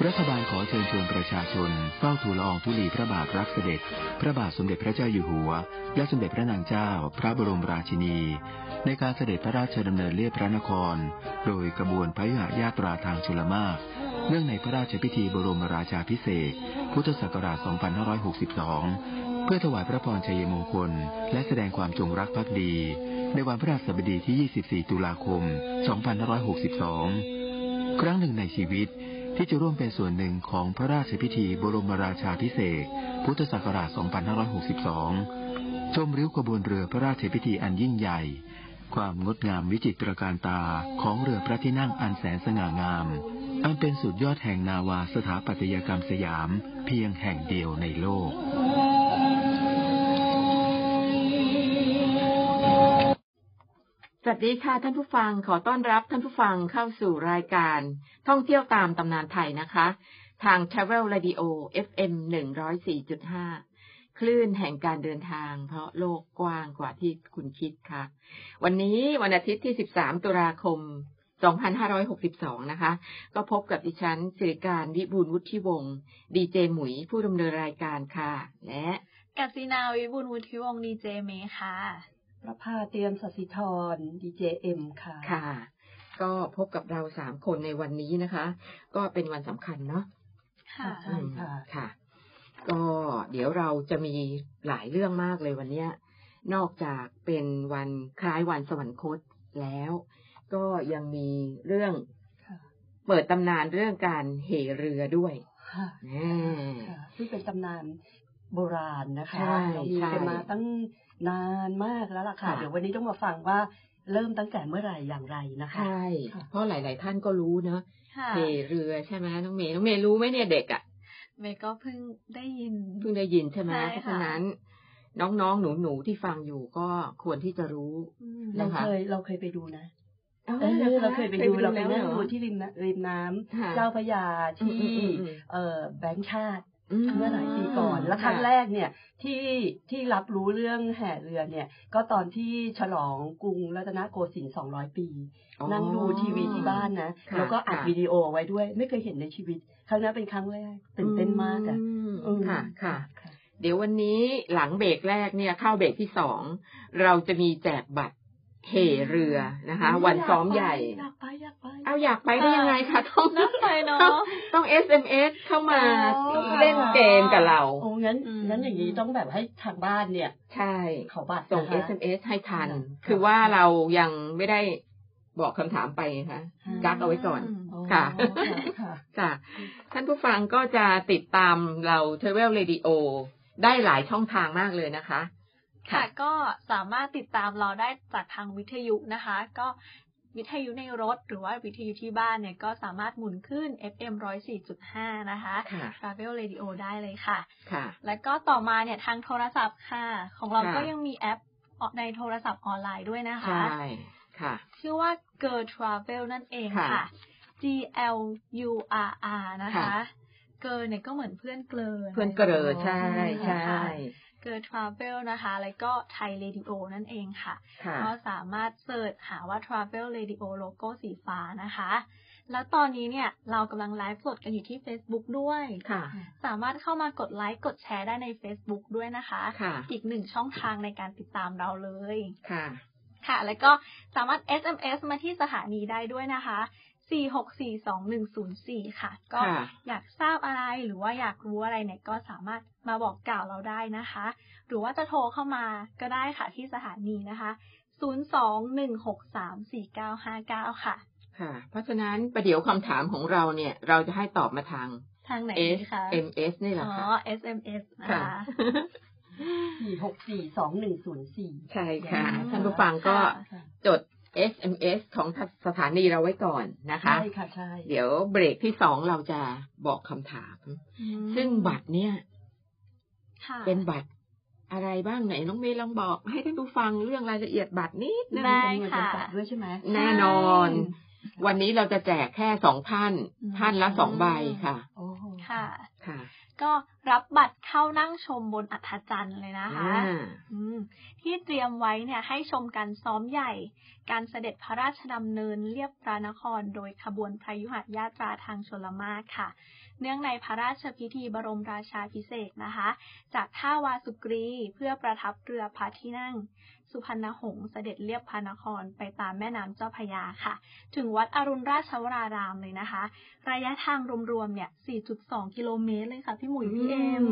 รัฐบาลขอเชิญชวนประชาชนเฝ้าทูลละอองธุลีพระบาทรับเสด็จพระบาทสมเด็จพระเจ้าอยู่หัวและสมเด็จพระนางเจ้าพระบรมราชินีในการเสด็จพระราชดำเนินเลียบพระนครโดยกระบวนพยุหญาตราทางชลมารเนื่องในพระราชพิธีบรมราชาภิเษกพุทธศักราช 2562 เพื่อถวายพระพรชัยมงคลและแสดงความจงรักภักดีในวันพฤหัสบดีที่ 24 ตุลาคม 2562 ครั้งหนึ่งในชีวิตที่จะร่วมเป็นส่วนหนึ่งของพระราชพิธีบรมราชาภิเษกพุทธศักราช 2562 ชมริ้วขบวนเรือพระราชพิธีอันยิ่งใหญ่ความงดงามวิจิตรการตาของเรือพระที่นั่งอันแสนสง่างามอันเป็นสุดยอดแห่งนาวาสถาปัตยกรรมสยามเพียงแห่งเดียวในโลกสวัสดีค่ะท่านผู้ฟังขอต้อนรับท่านผู้ฟังเข้าสู่รายการท่องเที่ยวตามตำนานไทยนะคะทาง Travel Radio FM 104.5 คลื่นแห่งการเดินทางเพราะโลกกว้างกว่าที่คุณคิดค่ะวันนี้วันอาทิตย์ที่13ตุลาคม2562นะคะก็พบกับดิฉันสิริการวิบูลย์วุฒิวงศ์ดีเจหมุยผู้ดำเนินรายการค่ะและกัศนาวิบูลย์วุฒิวงศ์ดีเจเมย์ค่ะประภาเตรียมศศิธรดีเจเอ็มค่ะค่ะก็พบกับเรา3คนในวันนี้นะคะก็เป็นวันสำคัญเนาะค่ะใช่ค่ะค่ะก็เดี๋ยวเราจะมีหลายเรื่องมากเลยวันนี้นอกจากเป็นวันคล้ายวันสวรรคตแล้วก็ยังมีเรื่องเปิดตำนานเรื่องการเหเรือด้วยซึ่งเป็นตำนานโบราณนะคะเรามีกันมาตั้งนานมากแล้วล่ะค่ะเดี๋ยววันนี้ต้องมาฟังว่าเริ่มตั้งแต่เมื่อไหร่อย่างไรนะคะใช่เพราะหลายๆท่านก็รู้เนอะเหเรือใช่ไหมน้องเมย์รู้ไหมเนี่ยเด็กอ่ะเมย์ก็เพิ่งได้ยินใช่ไหมเพราะฉะนั้นน้องๆหนูๆที่ฟังอยู่ก็ควรที่จะรู้นะคะเราเคยไปดูนะเราเคยไปดูเราไปนั่งดูที่ริมน้ำเจ้าพระยาที่แบงค์ชาติเมื่อหลายปีก่อนแล้วครั้งแรกเนี่ยที่รับรู้เรื่องแห่เรือเนี่ยก็ตอนที่ฉลองกรุงรัตนโกสินทร์200 ปีนั่งดูทีวีที่บ้านนะแล้วก็อัดวิดีโอไว้ด้วยไม่เคยเห็นในชีวิตครั้งนั้นเป็นครั้งแรกตื่นเต้นมากอ่ะค่ะเดี๋ยววันนี้หลังเบรกแรกเนี่ยเข้าเบรกที่2เราจะมีแจกบัตรเหเรือนะคะวันซ้อมใหญ่อยากไปได้ยังไงคะต้องไปเนาะต้อง SMS เข้ามาเล่นเกมกับเราโอ้งั้นอย่างนี้ต้องแบบให้ทางบ้านเนี่ยใช่เขาบัตรส่ง SMS ให้ทันคือว่าเรายังไม่ได้บอกคำถามไปนะคะกักเอาไว้ก่อนค่ะท่านผู้ฟังก็จะติดตามเรา Travel Radio ได้หลายช่องทางมากเลยนะคะค่ะก็สามารถติดตามเราได้จากทางวิทยุนะคะก็วิทยุในรถหรือว่าวิทยุที่บ้านเนี่ยก็สามารถหมุนขึ้น FM 104.5 นะคะ Travel Radio ได้เลยค่ะแล้วก็ต่อมาเนี่ยทางโทรศัพท์ค่ะของเราก็ยังมีแอปในโทรศัพท์ออนไลน์ด้วยนะคะใช่ค่ะชื่อว่า Girl Travel นั่นเองค่ะ GLURR นะคะเกิร์ลเนี่ยก็เหมือนเพื่อนเกลอใช่เกิร์ล Travel นะคะแล้วก็ไทย Radio นั่นเองค่ะก็สามารถเสิร์ชหาว่า Travel Radio โลโก้สีฟ้านะคะแล้วตอนนี้เนี่ยเรากำลังไลฟ์สดกันอยู่ที่ Facebook ด้วยสามารถเข้ามากดไลค์กดแชร์ได้ใน Facebook ด้วยนะคะอีก1ช่องทางในการติดตามเราเลยค่ะแล้วก็สามารถ SMS มาที่สถานีได้ด้วยนะคะ4642104ค่ะก็อยากทราบอะไรหรือว่าอยากรู้อะไรเนี่ยก็สามารถมาบอกกล่าวเราได้นะคะหรือว่าจะโทรเข้ามาก็ได้ค่ะที่สถานีนะคะ021634959ค่ะเพราะฉะนั้นประเดี๋ยวคำถามของเราเนี่ยเราจะให้ตอบมาทางไหนคะ SMS นี่แหละค่ะ SMS นะคะ 4642104 ใช่ค่ะท่านผู้ฟังก็จดSMS ของสถานีเราไว้ก่อนนะคะใช่ค่ะใช่เดี๋ยวเบรกที่2เราจะบอกคำถามซึ่งบัตรเนี่ยเป็นบัตรอะไรบ้างไหนน้องเมย์ลองบอกให้ท่านผู้ฟังเรื่องรายละเอียดบัตรนิดนึงได้ค่ะด้วยใช่ไหมแน่นอนวันนี้เราจะแจกแค่2ท่านละ2ใบค่ะค่ะก็รับบัตรเข้านั่งชมบนอัฐจันทร์เลยนะคะที่เตรียมไว้เนี่ยให้ชมการซ้อมใหญ่การเสด็จพระราชดำเนินเลียบพระนครโดยขบวนพยุหญาตราทางชลมารค่ะเนื่องในพระราชพิธีบรมราชาภิเษกนะคะจากท่าวาสุกรีเพื่อประทับเรือพระที่นั่งสุพรรณหงส์เสด็จเลียบพระนครไปตามแม่น้ำเจ้าพระยาค่ะถึงวัดอรุณราชวรารามเลยนะคะระยะทางรวมๆเนี่ย 4.2 กิโลเมตรเลยค่ะพี่หมุยพี่เอ็ม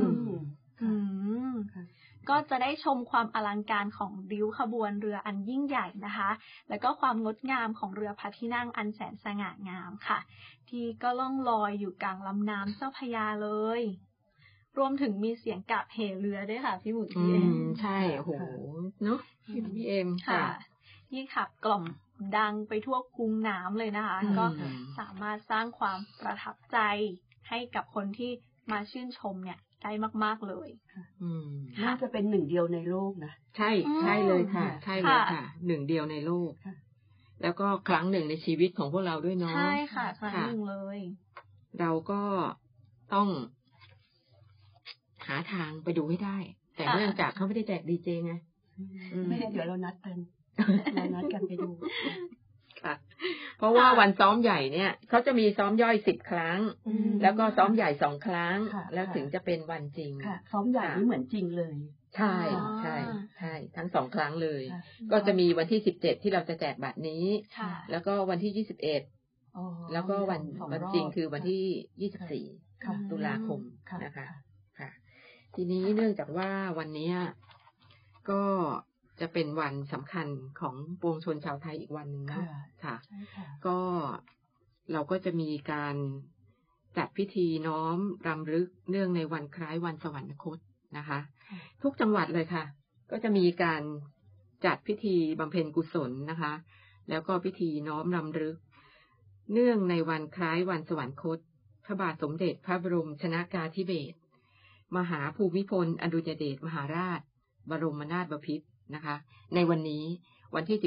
ก็จะได้ชมความอลังการของริ้วขบวนเรืออันยิ่งใหญ่นะคะแล้วก็ความงดงามของเรือพระที่นั่งอันแสนสง่างามค่ะที่ก็ล่องลอยอยู่กลางลำน้ำเจ้าพระยาเลยรวมถึงมีเสียงกาบเหเรือด้วยค่ะพี่หมุยพี่เอ็มใช่โอ้โหเนาะพี่เอ็มค่ะยิ่งขับกล่อมดังไปทั่วกรุงน้ำเลยนะคะก็สามารถสร้างความประทับใจให้กับคนที่มาชื่นชมเนี่ยได้มากๆเลยน่าจะเป็นหนึ่งเดียวในโลกนะใช่ใช่เลยค่ะใช่เลยค่ะหนึ่งเดียวในโลกแล้วก็ครั้งหนึ่งในชีวิตของพวกเราด้วยเนาะใช่ค่ะครั้งหนึ่งเลยเราก็ต้องหาทางไปดูให้ได้แต่เนื่องจากเขาไม่ได้แจกดีเจไงไม่ได้เดี๋ยวเรานัดกันไปดูค่ะเพราะว่าวันซ้อมใหญ่เนี่ยเขาจะมีซ้อมย่อย10 ครั้งแล้วก็ซ้อมใหญ่2 ครั้งแล้วถึงจะเป็นวันจริงซ้อมใหญ่นี่เหมือนจริงเลยใช่ใช่ใช่ทั้ง2 ครั้งเลยก็จะมีวันที่17ที่เราจะแจกบัตรนี้แล้วก็วันที่21แล้วก็วันจริงคือวันที่24ตุลาคมนะคะค่ะทีนี้เนื่องจากว่าวันนี้ก็จะเป็นวันสำคัญของปวงชนชาวไทยอีกวันนึงนะค่ะก็เราก็จะมีการจัดพิธีน้อมรำลึกเนื่องในวันคล้ายวันสวรรคตนะคะทุกจังหวัดเลยค่ะก็จะมีการจัดพิธีบำเพ็ญกุศลนะคะแล้วก็พิธีน้อมรำลึกเนื่องในวันคล้ายวันสวรรคตพระบาทสมเด็จพระบรมชนกาธิเบศรมหาภูมิพลอดุลยเดชมหาราชบรมนาถบพิตรนะคะในวันนี้วันที่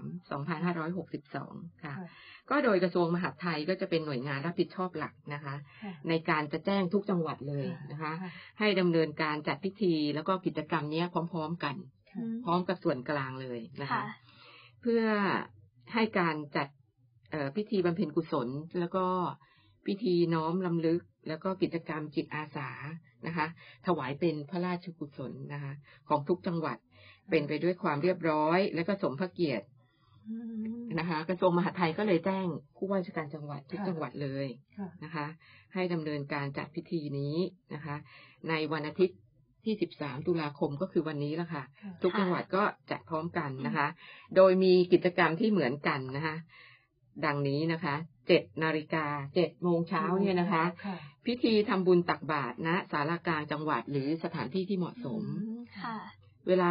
13/2562ค่ะก็โดยกระทรวงมหาดไทยก็จะเป็นหน่วยงานรับผิดชอบหลักนะคะในการจะแจ้งทุกจังหวัดเลยนะคะให้ดำเนินการจัดพิธีแล้วก็กิจกรรมนี้พร้อมๆกันพร้อมกับส่วนกลางเลยนะคะเพื่อให้การจัดพิธีบำเพ็ญกุศลแล้วก็พิธีน้อมรำลึกแล้วก็กิจกรรมจิตอาสานะคะถวายเป็นพระราชกุศลนะคะของทุกจังหวัดเป็นไปด้วยความเรียบร้อยและก็สมพระเกียรตินะคะกระทรวงมหาดไทยก็เลยแจ้งผู้ว่าราชการจังหวัดทุกจังหวัดเลยนะคะให้ดำเนินการจัดพิธีนี้นะคะในวันอาทิตย์ที่13ตุลาคมก็คือวันนี้แล้วค่ะทุกจังหวัดก็จัดพร้อมกันนะคะโดยมีกิจกรรมที่เหมือนกันนะคะดังนี้นะคะ7 นาฬิกา 7 โมงเช้าเนี่ยนะคะพิธีทำบุญตักบาตรณศาลากลางจังหวัดหรือสถานที่ที่เหมาะสมเวลา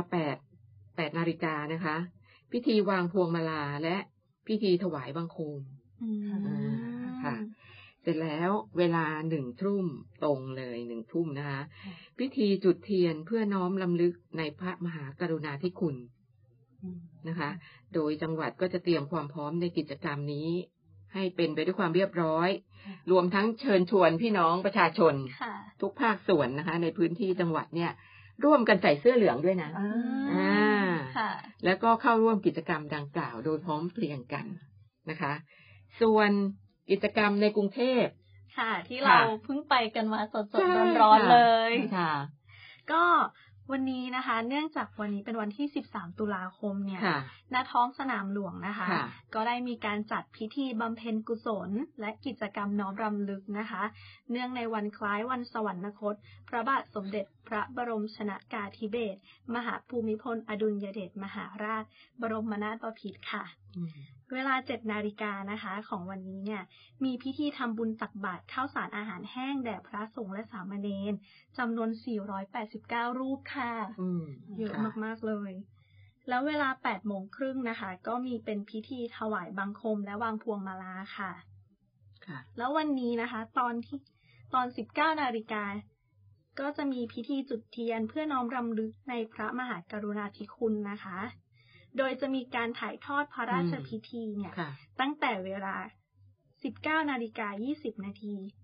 8 นาฬิกานะคะพิธีวางพวงมาลาและพิธีถวายบังคมค่ะเสร็จแล้วเวลา1 ทุ่มตรงเลย1 ทุ่มนะคะพิธีจุดเทียนเพื่อน้อมรำลึกในพระมหากรุณาธิคุณนะคะโดยจังหวัดก็จะเตรียมความพร้อมในกิจกรรมนี้ให้เป็นไปด้วยความเรียบร้อยรวมทั้งเชิญชวนพี่น้องประชาชนทุกภาคส่วนนะคะในพื้นที่จังหวัดเนี่ยร่วมกันใส่เสื้อเหลืองด้วยนะแล้วก็เข้าร่วมกิจกรรมดังกล่าวโดยพร้อมเพรียงกันนะคะส่วนกิจกรรมในกรุงเทพค่ะที่เราเพิ่งไปกันมาสดๆร้อนๆเลยค่ะก็วันนี้นะคะเนื่องจากวันนี้เป็นวันที่13ตุลาคมเนี่ยณท้องสนามหลวงนะคะก็ได้มีการจัดพิธีบำเพ็ญกุศลและกิจกรรมน้อมรำลึกนะคะเนื่องในวันคล้ายวันสวรรคตพระบาทสมเด็จพระบรมชนกาธิเบศรมหาภูมิพลอดุลยเดชมหาราชบรมนาถบพิตรค่ะเวลา7 นาฬิกานะคะของวันนี้เนี่ยมีพิธีทำบุญตักบาตรข้าวสารอาหารแห้งแด่พระสงฆ์และสามเณรจำนวน489รูปค่ะเยอะมากๆเลยแล้วเวลา8 โมงครึ่งนะคะก็มีเป็นพิธีถวายบังคมและวางพวงมาลาค่ะแล้ววันนี้นะคะตอน19 นาฬิกาก็จะมีพิธีจุดเทียนเพื่อน้อมรำลึกในพระมหากรุณาธิคุณนะคะโดยจะมีการถ่ายทอดพระราชพิธีเนี่ยตั้งแต่เวลา19:20 น.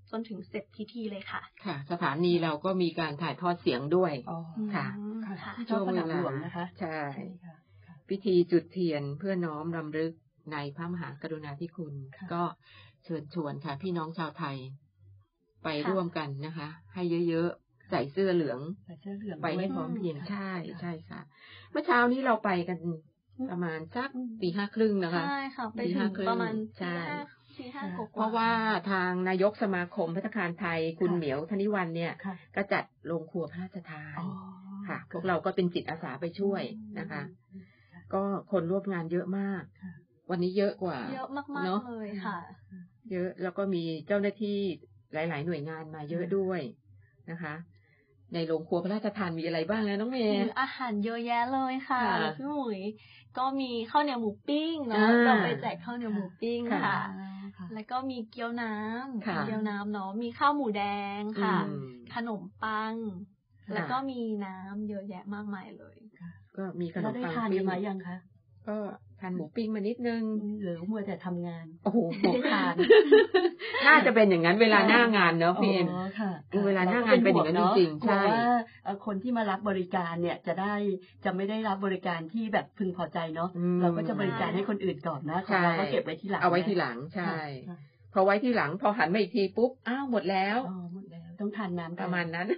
จนถึงเสร็จพิธีเลยค่ะค่ะสถานีเราก็มีการถ่ายทอดเสียงด้วยค่ะช่วงเวลาหลวงนะคะใช่พิธีจุดเทียนเพื่อน้อมรำลึกในพระมหากรุณาธิคุณก็เชิญชวนค่ะพี่น้องชาวไทยไปร่วมกันนะคะให้เยอะๆใส่เสื้อเหลืองไปให้พร้อมเพรียงใช่ใช่ค่ะเมื่อเช้านี้เราไปกันประมาณสัก 4:30 นะคะใช่ค่ะไปถึงประมาณใช่เพราะว่าทางนายกสมาคมภัตตาคารไทยคุณเหมียวธนิวันเนี่ยก็จัดโรงครัวพระราชทานค่ะพวกเราก็เป็นจิตอาสาไปช่วยนะคะก็คนร่วมงานเยอะมากวันนี้เยอะกว่าเยอะมากๆเลยค่ะเยอะแล้วก็มีเจ้าหน้าที่หลายๆหน่วยงานมาเยอะด้วยนะคะในโรงครัวพระราชทานมีอะไรบ้างแล้วน้องเมย์อาหารเยอะแยะเลยค่ะพี่หมุยก็มีข้าวเหนียวหมูปิ้งเนาะเราไปแจกข้าวเหนียวหมูปิ้งค่ะแล้วก็มีเกี๊ยวน้ำเนาะมีข้าวหมูแดงค่ะขนมปังแล้วก็มีน้ำเยอะแยะมากมายเลยก็มีขนมปังปิ้งมายังคะก็ทานหมูปิ้งมานิดนึงหรือมัวแต่ทำงานโอ้โหทานน่าจะเป็นอย่างนั้นเวลาหน้างานเนาะพี่เอ็มเวลาหน้างานเป็นอย่างนั้นจริงๆใช่ว่าคนที่มารับบริการเนี่ยจะไม่ได้รับบริการที่แบบพึงพอใจเนาะเราก็จะบริการให้คนอื่นก่อนนะเราก็เก็บไว้ทีหลังเอาไว้ทีหลังใช่พอไว้ทีหลังพอหันมาอีกทีปุ๊บอ้าวหมดแล้วต้องทานน้ำประมาณนั้น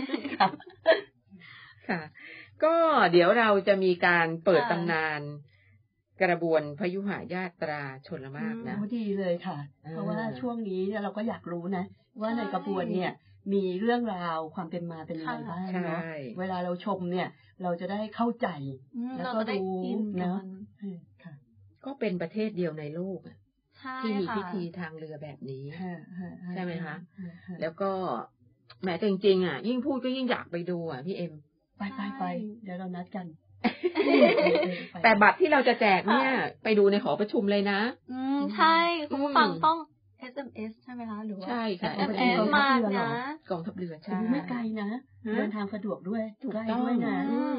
ค่ะก็เดี๋ยวเราจะมีการเปิดตำนานกระบวนพยุหญาตราชลมารนะดีเลยค่ะเพราะว่าช่วงนี้เราก็อยากรู้นะว่าในกระบวนเนี่ยมีเรื่องราวความเป็นมาเป็นอะไรบ้างเนาะเวลาเราชมเนี่ยเราจะได้เข้าใจแล้วก็รู้เนาะก็เป็นประเทศเดียวในโลกที่มีพิธีทางเรือแบบนี้ใช่ไหมคะแล้วก็แม้แต่จริงๆยิ่งพูดก็ยิ่งอยากไปดูพี่เอ็มไปเดี๋ยวเรานัดกันแต่บัตรที่เราจะแจกเนี่ยไปดูในหอประชุมเลยนะใช่คุณผู้ฟังต้อง SMS ใช่ไหมคะหรือว่าใช่ค่ะ SMS มานะกองทัพเรือใช่ไม่ไกลนะเดินทางสะดวกด้วยใกล้ด้วยนะ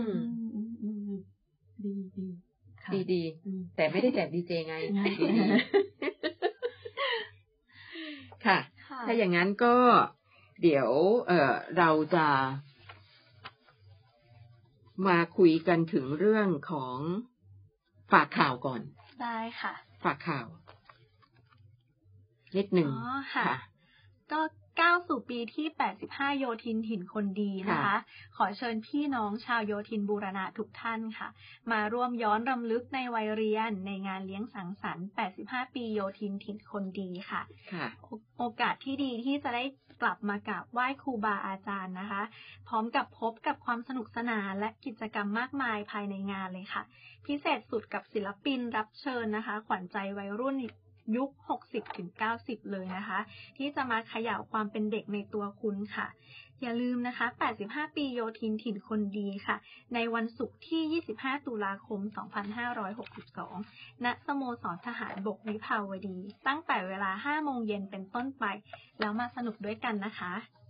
ดีแต่ไม่ได้แจกดีเจไงค่ะถ้าอย่างนั้นก็เดี๋ยวเราจะมาคุยกันถึงเรื่องของฝากข่าวก่อนได้ค่ะฝากข่าวนิดหนึ่งค่ะก็ก้าวสู่ปีที่85โยธินถิ่นคนดีนะคะขอเชิญพี่น้องชาวโยธินบูรณะทุกท่านค่ะมาร่วมย้อนรำลึกในวัยเรียนในงานเลี้ยงสังสรรค์85ปีโยธินถิ่นคนดีค่ะโอกาสที่ดีที่จะได้กลับมากราบไหว้ครูบาอาจารย์นะคะพร้อมกับพบกับความสนุกสนานและกิจกรรมมากมายภายในงานเลยค่ะพิเศษสุดกับศิลปินรับเชิญนะคะขวัญใจวัยรุ่นยุค 60-90 เลยนะคะที่จะมาเขย่าความเป็นเด็กในตัวคุณค่ะอย่าลืมนะคะ85ปีโยธินถิ่นคนดีค่ะในวันศุกร์ที่25ตุลาคม2562ณสโมสรทหารบกวิภาวดีตั้งแต่เวลา 5 โมงเย็นเป็นต้นไปแล้วมาสนุกด้วยกันนะคะ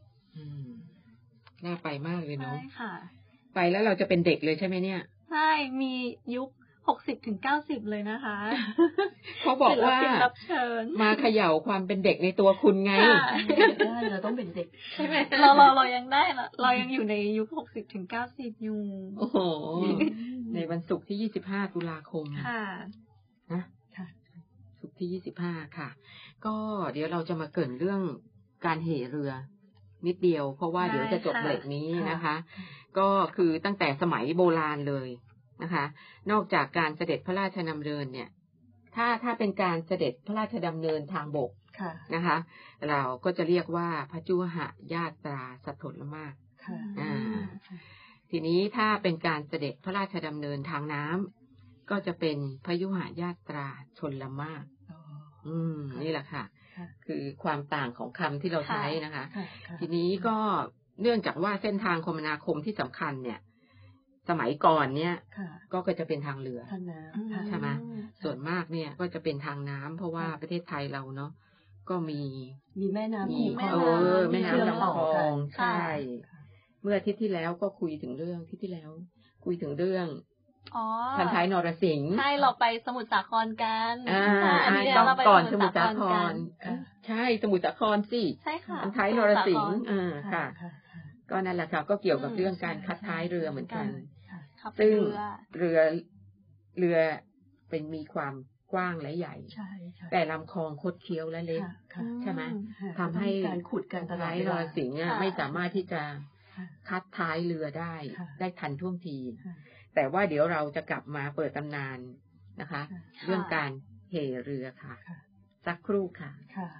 น่าไปมากเลยเนาะใช่ค่ะไปแล้วเราจะเป็นเด็กเลยใช่ไหมเนี่ยใช่มียุค60-90เลยนะคะเขาบอกว่ามาเขย่าความเป็นเด็กในตัวคุณไงได้เราต้องเป็นเด็กใช่ไหมเรายังได้เรายังอยู่ในยุค60-90อยู่โอ้โหในวันศุกร์ที่25ตุลาคมค่ะนะค่ะศุกร์ที่25ค่ะก็เดี๋ยวเราจะมาเกริ่นเรื่องการเหเรือนิดเดียวเพราะว่าเดี๋ยวจะจบเบรกนี้นะคะก็คือตั้งแต่สมัยโบราณเลยนะคะนอกจากการเสด็จพระราชดำเนินเนี่ยถ้าเป็นการเสด็จพระราชดำเนินทางบกนะคะเราก็จะเรียกว่าพระจุหญาตราสถลมากทีนี้ถ้าเป็นการเสด็จพระราชดำเนินทางน้ำก็จะเป็นพยุหญาตราชลมากนี่แหละค่ะคือความต่างของคำที่เราใช้นะคะทีนี้ก็เนื่องจากว่าเส้นทางคมนาคมที่สำคัญเนี่ยสมัยก่อนเนี่ยก็จะเป็นทางเรือใช่ไหมส่วนมากเนี่ยก็จะเป็นทางน้ำเพราะว่าประเทศไทยเราเนาะก็มีแม่น้ำแม่น้ำลำคลองใช่เมื่ออาทิตย์ที่แล้วก็คุยถึงเรื่องพันท้ายนรสิงห์ใช่เราไปสมุทรสาครกันต้องก่อนสมุทรสาครใช่สมุทรสาครสิใช่ค่ะพันท้ายนรสิงห์ค่ะก็นั่นแหละค่ะก็เกี่ยวกับเรื่องการคัดท้ายเรือเหมือนกันซึ่งเรือเป็นมีความกว้างและใหญ่แต่ลำคลองคดเคี้ยวและเล็กใช่ไหมทำให้การขุดการท้ายนรสิงห์ไม่สามารถที่จะคัดท้ายเรือได้ทันท่วงทีแต่ว่าเดี๋ยวเราจะกลับมาเปิดตำนานนะคะเรื่องการเหเรือค่ะสักครู่ค่ะ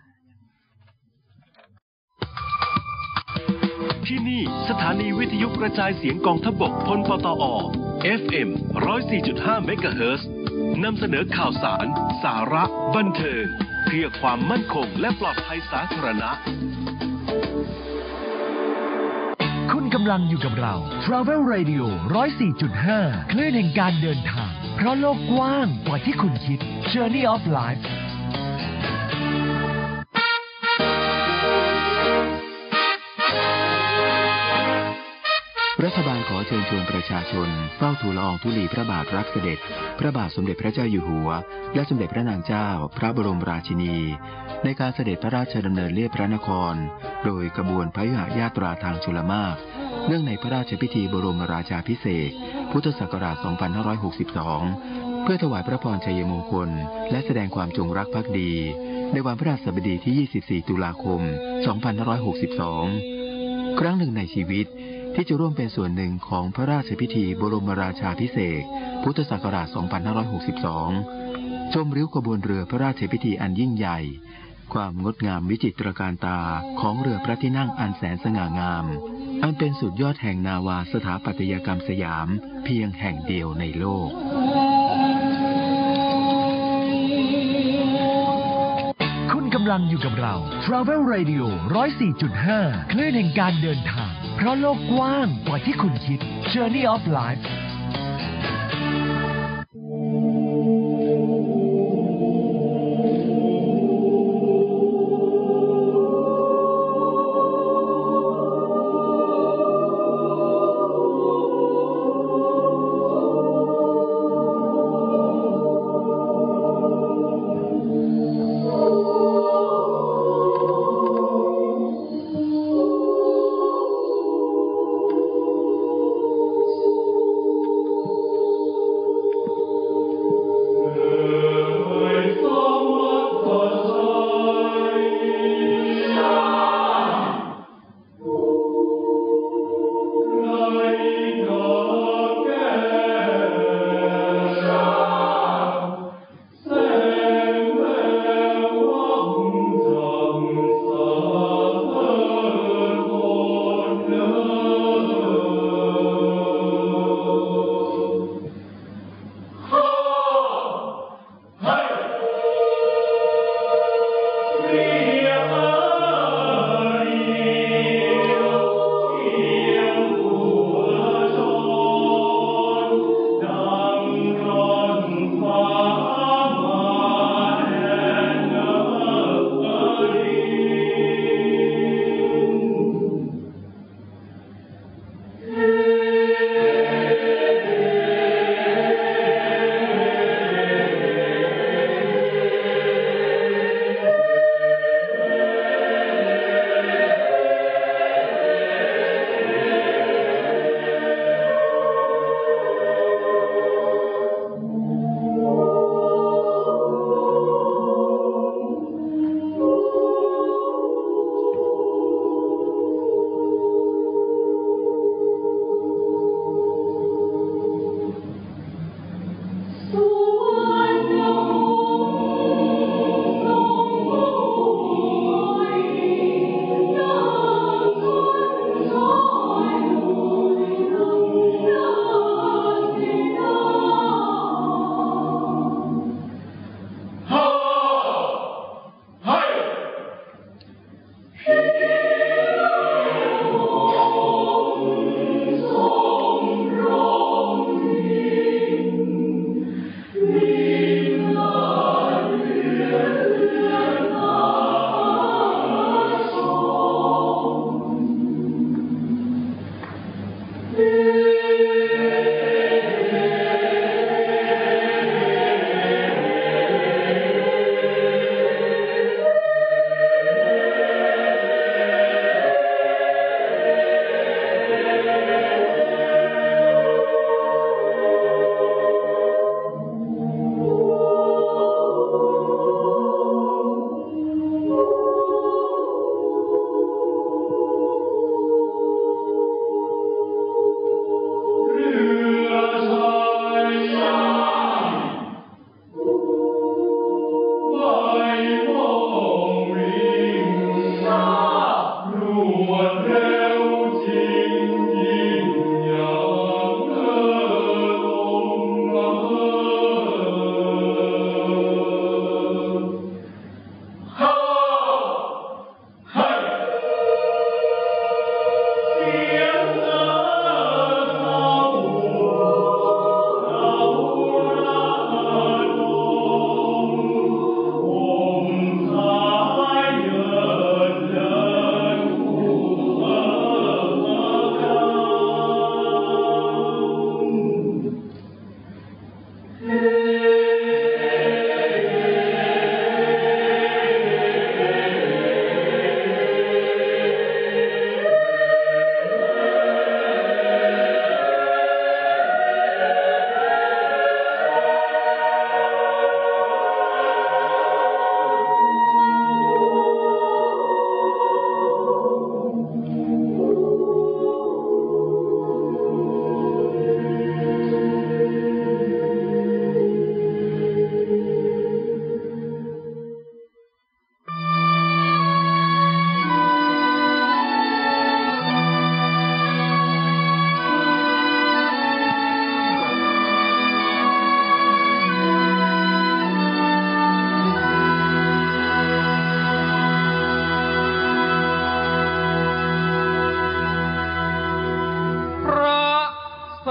ที่นี่สถานีวิทยุกระจายเสียงกองทัพบกพลปตอ FM 104.5 เมกะเฮิรตซ์นำเสนอข่าวสารสาระบันเทิงเพื่อความมั่นคงและปลอดภัยสาธารณะคุณกำลังอยู่กับเรา Travel Radio 104.5 คลื่นแห่งการเดินทางเพราะโลกกว้างกว่าที่คุณคิด Journey of Life รัฐบาลขอเชิญชวนประชาชนเฝ้าทูลละอองธุลีพระบาทรับเสด็จพระบาทสมเด็จพระเจ้าอยู่หัวและสมเด็จพระนางเจ้าพระบรมราชินีในการเสด็จพระราชดำเนินเลียบพระนครโดยขบวนพยุหญาตราทางชลมารเนื่องในพระราชพิธีบรมราชาภิเษกพุทธศักราช 2562 เพื่อถวายพระพรชัยมงคลและแสดงความจงรักภักดีในวันพฤหัสบดีที่ 24 ตุลาคม 2562 ครั้งหนึ่งในชีวิตที่จะร่วมเป็นส่วนหนึ่งของพระราชพิธีบรมราชาภิเษกพุทธศักราช 2562 ชมริ้วขบวนเรือพระราชพิธีอันยิ่งใหญ่ความงดงามวิจิตรการตาของเรือพระที่นั่งอันแสนสง่างามอันเป็นสุดยอดแห่งนาวาสถาปัตยกรรมสยามเพียงแห่งเดียวในโลกคุณกำลังอยู่กับเรา Travel Radio 104.5 คลื่นแห่งการเดินทางเพราะโลกกว้างกว่าที่คุณคิด Journey of Life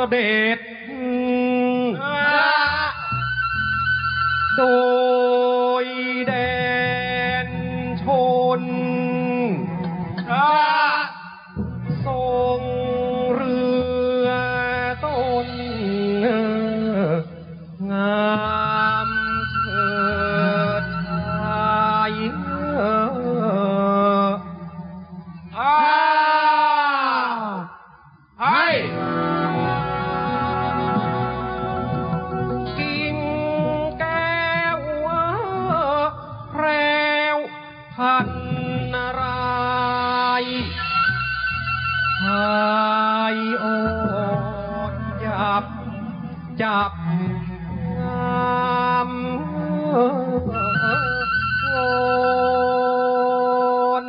ด็จโดยแดนชนทรงเรือต้นงามเถิดไทยกิ่งแก้วแพรวพันนารายหายอ่อนจับงามวน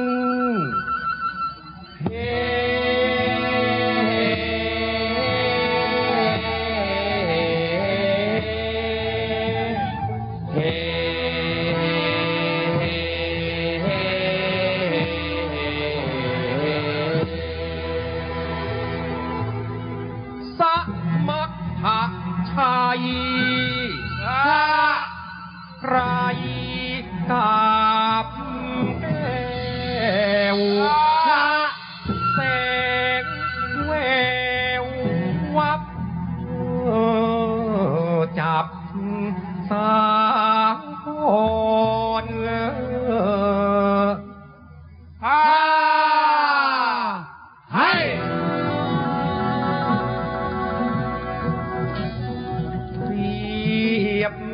เสมัครชัยใครกับแก้วแสงแวววับจับสางคนให้เรียบ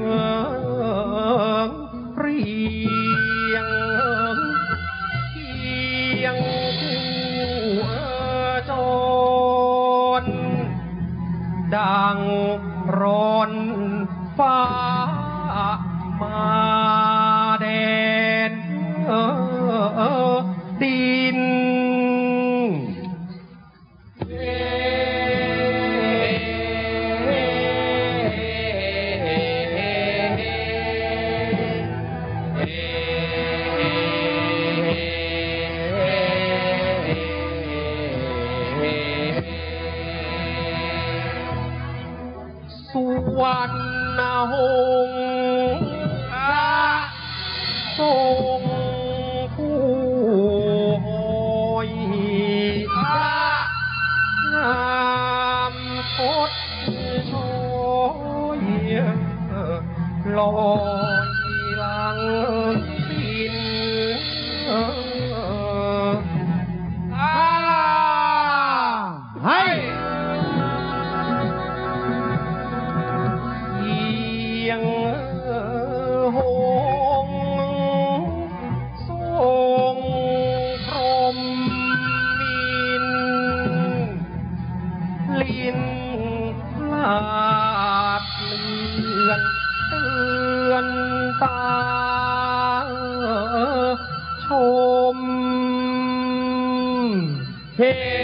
เรียงเคียงคู่จนดังร้อนฟ้ามาแดนดินสุวรรณหงส์ทรงผู้โหยงามทดโชยลอยหลังสิ้นให้เอียงหงทรงพรหมมินลิ้นลาดเลือนเตือนตาชมเ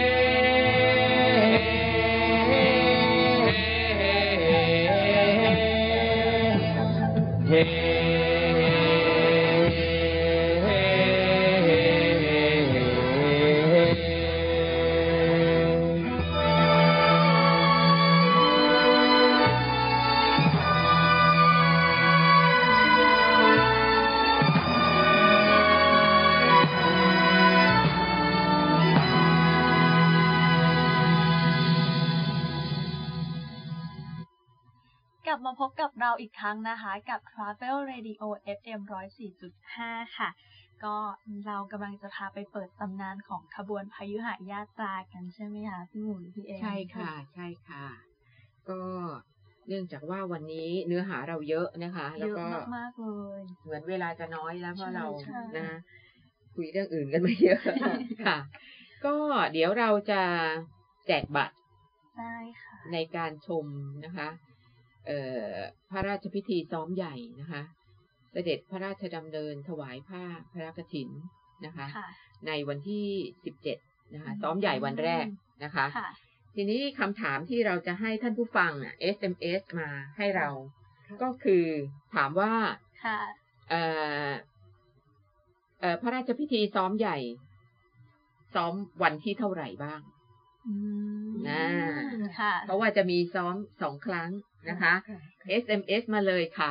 กลับมาพบกับเราอีกครั้งนะคะกับ Travel Radio FM 104.5 ค่ะก็เรากำลังจะพาไปเปิดตำนานของขบวนพยุหยาตรากันใช่ไหมคะพี่หมูพี่เอใช่ค่ะใช่ค่ะก็เนื่องจากว่าวันนี้เนื้อหาเราเยอะนะคะแล้วก็เยอะมากเลยเหมือนเวลาจะน้อยแล้วเพราะเรานะคุยเรื่องอื่นกันมาเยอะค่ะก็เดี๋ยวเราจะแจกบัตรในการชมนะคะพระราชพิธีซ้อมใหญ่นะคะเสด็จพระราชดำเนินถวายผ้าพระกฐินนะคะในวันที่17นะคะซ้อมใหญ่วันแรกนะคะทีนี้คำถามที่เราจะให้ท่านผู้ฟังSMS มาให้เราก็คือถามว่าพระราชพิธีซ้อมใหญ่ซ้อมวันที่เท่าไหร่บ้างเพราะว่าจะมีซ้อม2 ครั้งนะคะ SMS มาเลยค่ะ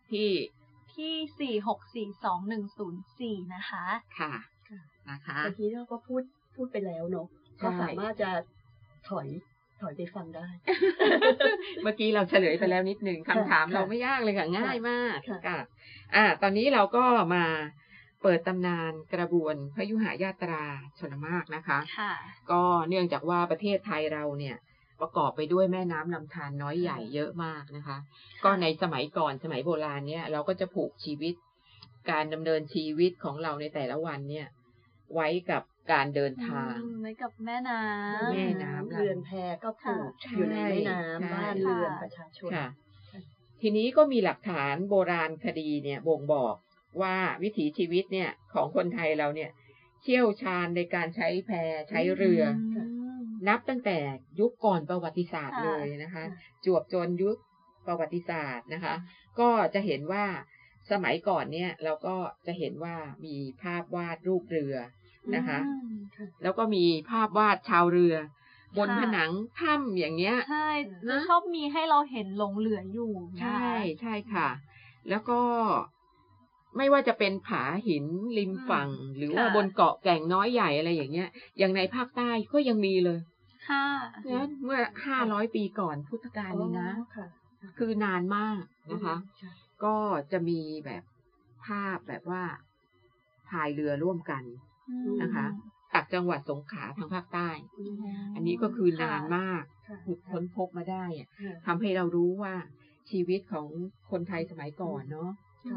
ที่4642104นะคะค่ะนะคะเมื่อกี้เราก็พูดไปแล้วเนาะก็สามารถจะถอยไปฟังได้เมื่อกี้เราเฉลยไปแล้วนิดหนึ่งคำถามเราไม่ยากเลยค่ะง่ายมากค่ะตอนนี้เราก็มาเปิดตำนานกระบวนพยุหญาตราชลมารนะคะก็เนื่องจากว่าประเทศไทยเราเนี่ยประกอบไปด้วยแม่น้ำลำธารน้อยใหญ่เยอะมากนะคะก็ในสมัยก่อนสมัยโบราณเนี่ยเราก็จะผูกชีวิตการดำเนินชีวิตของเราในแต่ละวันเนี่ยไว้กับการเดินทางไว้กับแม่น้ำเรือนแพก็ผูกอยู่ในแม่น้ำบ้านเรือนประชาชนทีนี้ก็มีหลักฐานโบราณคดีเนี่ยบ่งบอกว่าวิถีชีวิตเนี่ยของคนไทยเราเนี่ยเชี่ยวชาญในการใช้แพใช้เรือนับตั้งแต่ยุคก่อนประวัติศาสตร์เลยนะคะจวบจนยุคประวัติศาสตร์นะคะก็จะเห็นว่าสมัยก่อนเนี่ยเราก็จะเห็นว่ามีภาพวาดรูปเรือนะคะแล้วก็มีภาพวาดชาวเรือบนผนังถ้ำอย่างเงี้ยใช่ชอบมีให้เราเห็นหลงเหลืออยู่ใช่ค่ะแล้วก็ไม่ว่าจะเป็นผาหินริมฝั่งหรือว่าบนเกาะแก่งน้อยใหญ่อะไรอย่างเงี้ยอย่างในภาคใต้ก็ยังมีเลยค่ะเมื่อ500 ปีก่อนพุทธกาลเลยนะคือนานมากนะคะก็จะมีแบบภาพแบบว่าพายเรือร่วมกันนะคะจากจังหวัดสงขลาทางภาคใต้อันนี้ก็คือนานมากค้นพบมาได้ทำให้เรารู้ว่าชีวิตของคนไทยสมัยก่อนเนาะ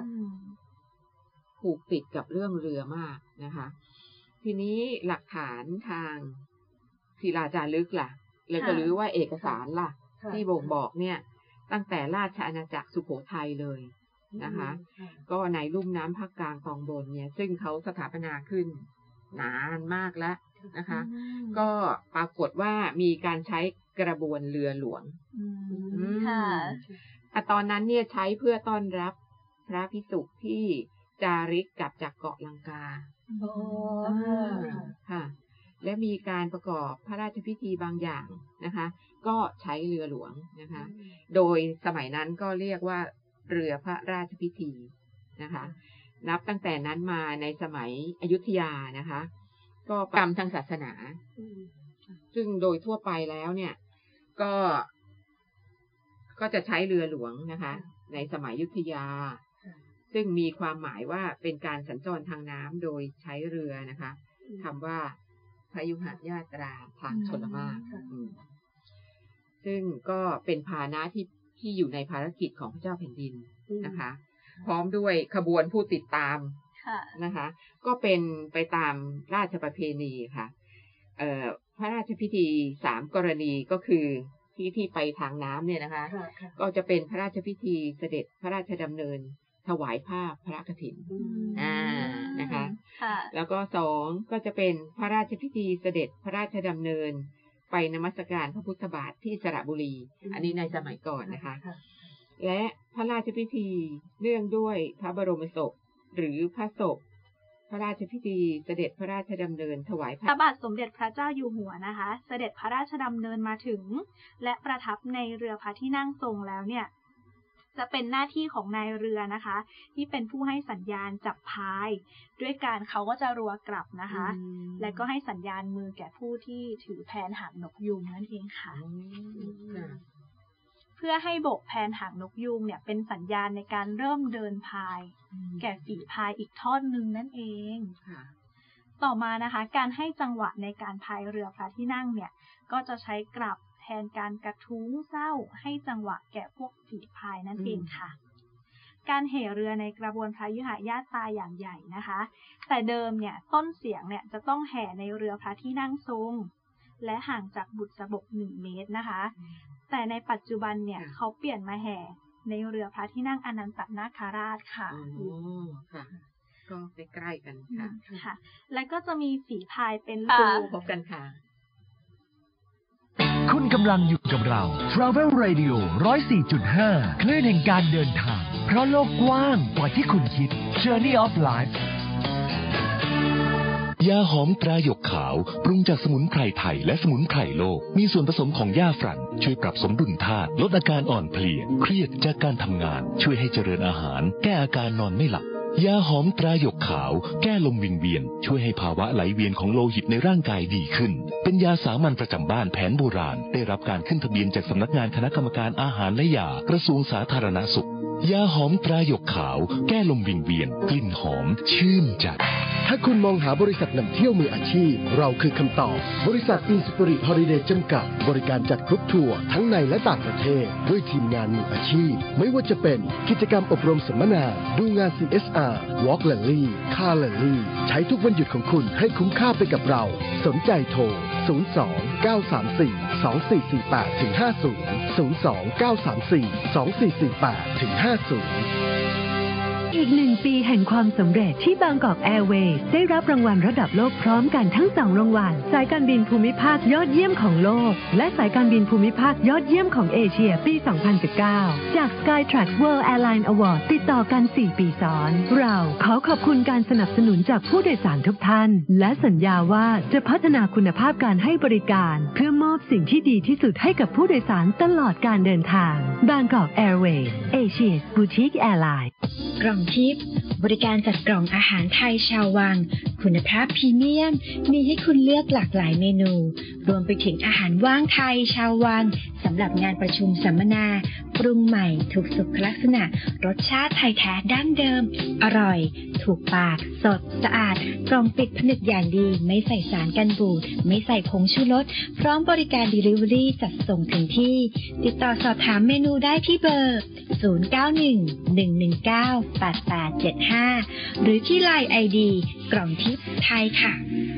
ผูกติดกับเรื่องเรือมากนะคะทีนี้หลักฐานทางศิลาจารึกล่ะแล้วก็หรือว่าเอกสารล่ะที่บ่งบอกเนี่ยตั้งแต่ราชอาณาจักรสุโขทัยเลยนะคะก็ในลุ่มน้ำภาคกลางตอนบนเนี่ยซึ่งเขาสถาปนาขึ้นนานมากแล้วนะคะก็ปรากฏว่ามีการใช้กระบวนเรือหลวงตอนนั้นเนี่ยใช้เพื่อต้อนรับพระภิกษุที่จาริกกลับจากเกาะลังกาค่ะและมีการประกอบพระราชพิธีบางอย่างนะคะก็ใช้เรือหลวงนะคะโดยสมัยนั้นก็เรียกว่าเรือพระราชพิธีนะคะนับตั้งแต่นั้นมาในสมัยอยุธยานะคะก็กรรมทางศาสนาซึ่งโดยทั่วไปแล้วเนี่ยก็จะใช้เรือหลวงนะคะในสมัยอยุธยาซึ่งมีความหมายว่าเป็นการสัญจรทางน้ำโดยใช้เรือนะคะคำว่าพยุหญาตราทางชลมารซึ่งก็เป็นพาหนะที่อยู่ในภารกิจของพระเจ้าแผ่นดินนะคะพร้อมด้วยขบวนผู้ติดตามนะคะก็เป็นไปตามราชประเพณีค่ะพระราชพิธี3 กรณีก็คือที่ไปทางน้ำเนี่ยนะคะก็จะเป็นพระราชพิธีเสด็จพระราชดำเนินถวายผ้าพระกฐินนะคะแล้วก็2ก็จะเป็นพระราชพิธีเสด็จพระราชดำเนินไปนมัสการพระพุทธบาทที่สระบุรีอันนี้ในสมัยก่อนนะคะและพระราชพิธีเนื่องด้วยพระบรมศพหรือพระศพพระราชพิธีเสด็จพระราชดำเนินถวายพระบาทสมเด็จพระเจ้าอยู่หัวนะคะเสด็จพระราชดำเนินมาถึงและประทับในเรือพระที่นั่งทรงแล้วเนี่ยจะเป็นหน้าที่ของนายเรือนะคะที่เป็นผู้ให้สัญญาณจับพายด้วยการเขาก็จะรัวกลับนะคะและก็ให้สัญญาณมือแก่ผู้ที่ถือแผนหางนกยูงนั่นเองค่ะเพื่อให้โบกแผนหางนกยูงเนี่ยเป็นสัญญาณในการเริ่มเดินพายแก่ฝีพายอีกทอดนึงนั่นเองต่อมานะคะการให้จังหวะในการพายเรือพระที่นั่งเนี่ยก็จะใช้กลับแทนการกระทุ้งเศร้าให้จังหวะแก่พวกฝีพายนั่นเองค่ะการเหเรือในกระบวนพยุหญาตราอย่างใหญ่นะคะแต่เดิมเนี่ยต้นเสียงเนี่ยจะต้องแห่ในเรือพระที่นั่งทรงและห่างจากบุษบก1 เมตรนะคะแต่ในปัจจุบันเนี่ยเขาเปลี่ยนมาแห่ในเรือพระที่นั่งอนันตนาคราชค่ะค่ะก็ใกล้ๆกันค่ะและก็จะมีฝีพายเป็นพบกันค่ะคุณกำลังอยู่กับเรา Travel Radio 104.5 คลื่นแห่งการเดินทางเพราะโลกกว้างกว่าที่คุณคิด Journey of Life ยาหอมตราหยกขาวปรุงจากสมุนไพรไทยและสมุนไพรโลกมีส่วนผสมของหญ้าฝรั่นช่วยปรับสมดุลธาตุลดอาการอ่อนเพลียเครียดจากการทำงานช่วยให้เจริญอาหารแก้อาการนอนไม่หลับยาหอมตราหยกขาวแก้ลมวิงเวียนช่วยให้ภาวะไหลเวียนของโลหิตในร่างกายดีขึ้นเป็นยาสามัญประจำบ้านแผนโบราณได้รับการขึ้นทะเบียนจากสำนักงานคณะกรรมการอาหารและยากระทรวงสาธารณสุขยาหอมตราหยกขาวแก้ลมวิงเวียนกลิ่นหอมชื่นใจถ้าคุณมองหาบริษัทนำเที่ยวมืออาชีพเราคือคำตอบบริษัท Inspirit Holiday จำกัดบริการจัดกรุ๊ปทัวร์ทั้งในและต่างประเทศด้วยทีมงานมืออาชีพไม่ว่าจะเป็นกิจกรรมอบรมสัมมนาดูงาน CSR Walk Rally Car Rally ใช้ทุกวันหยุดของคุณให้คุ้มค่าไปกับเราสนใจโทร 02-934-2448-50 02-934-2448-50 อีก1 ปีแห่งความสำเร็จที่บางกอกแอร์เวย์ได้รับรางวัลระดับโลกพร้อมกันทั้ง2รางวัลสายการบินภูมิภาคยอดเยี่ยมของโลกและสายการบินภูมิภาคยอดเยี่ยมของเอเชียปี 2019 จาก Skytrax World Airline Award ติดต่อกัน4 ปีซ้อนเราขอบคุณการสนับสนุนจากผู้โดยสารทุกท่านและสัญญาว่าจะพัฒนาคุณภาพการให้บริการเพื่อมอบสิ่งที่ดีที่สุดให้กับผู้โดยสารตลอดการเดินทาง Bangkok Airways Asia's Boutique Airline กล่องทิพย์บริการจัดกล่องอาหารไทยชาววังคุณภาพพรีเมียมมีให้คุณเลือกหลากหลายเมนูรวมไปถึงอาหารว่างไทยชาววังสำหรับงานประชุมสัมมนาปรุงใหม่ถูกสุขลักษณะรสชาติไทยแท้ดั้งเดิมอร่อยถูกปากสดสะอาดกล่องปิดผนึกอย่างดีไม่ใส่สารกันบูดไม่ใส่ผงชูรสพร้อมบริการ Delivery จัดส่งถึงที่ติดต่อสอบถามเมนูได้ที่เบอร์0911198875หรือที่ LINE ID กล่องทิพย์ไทยค่ะ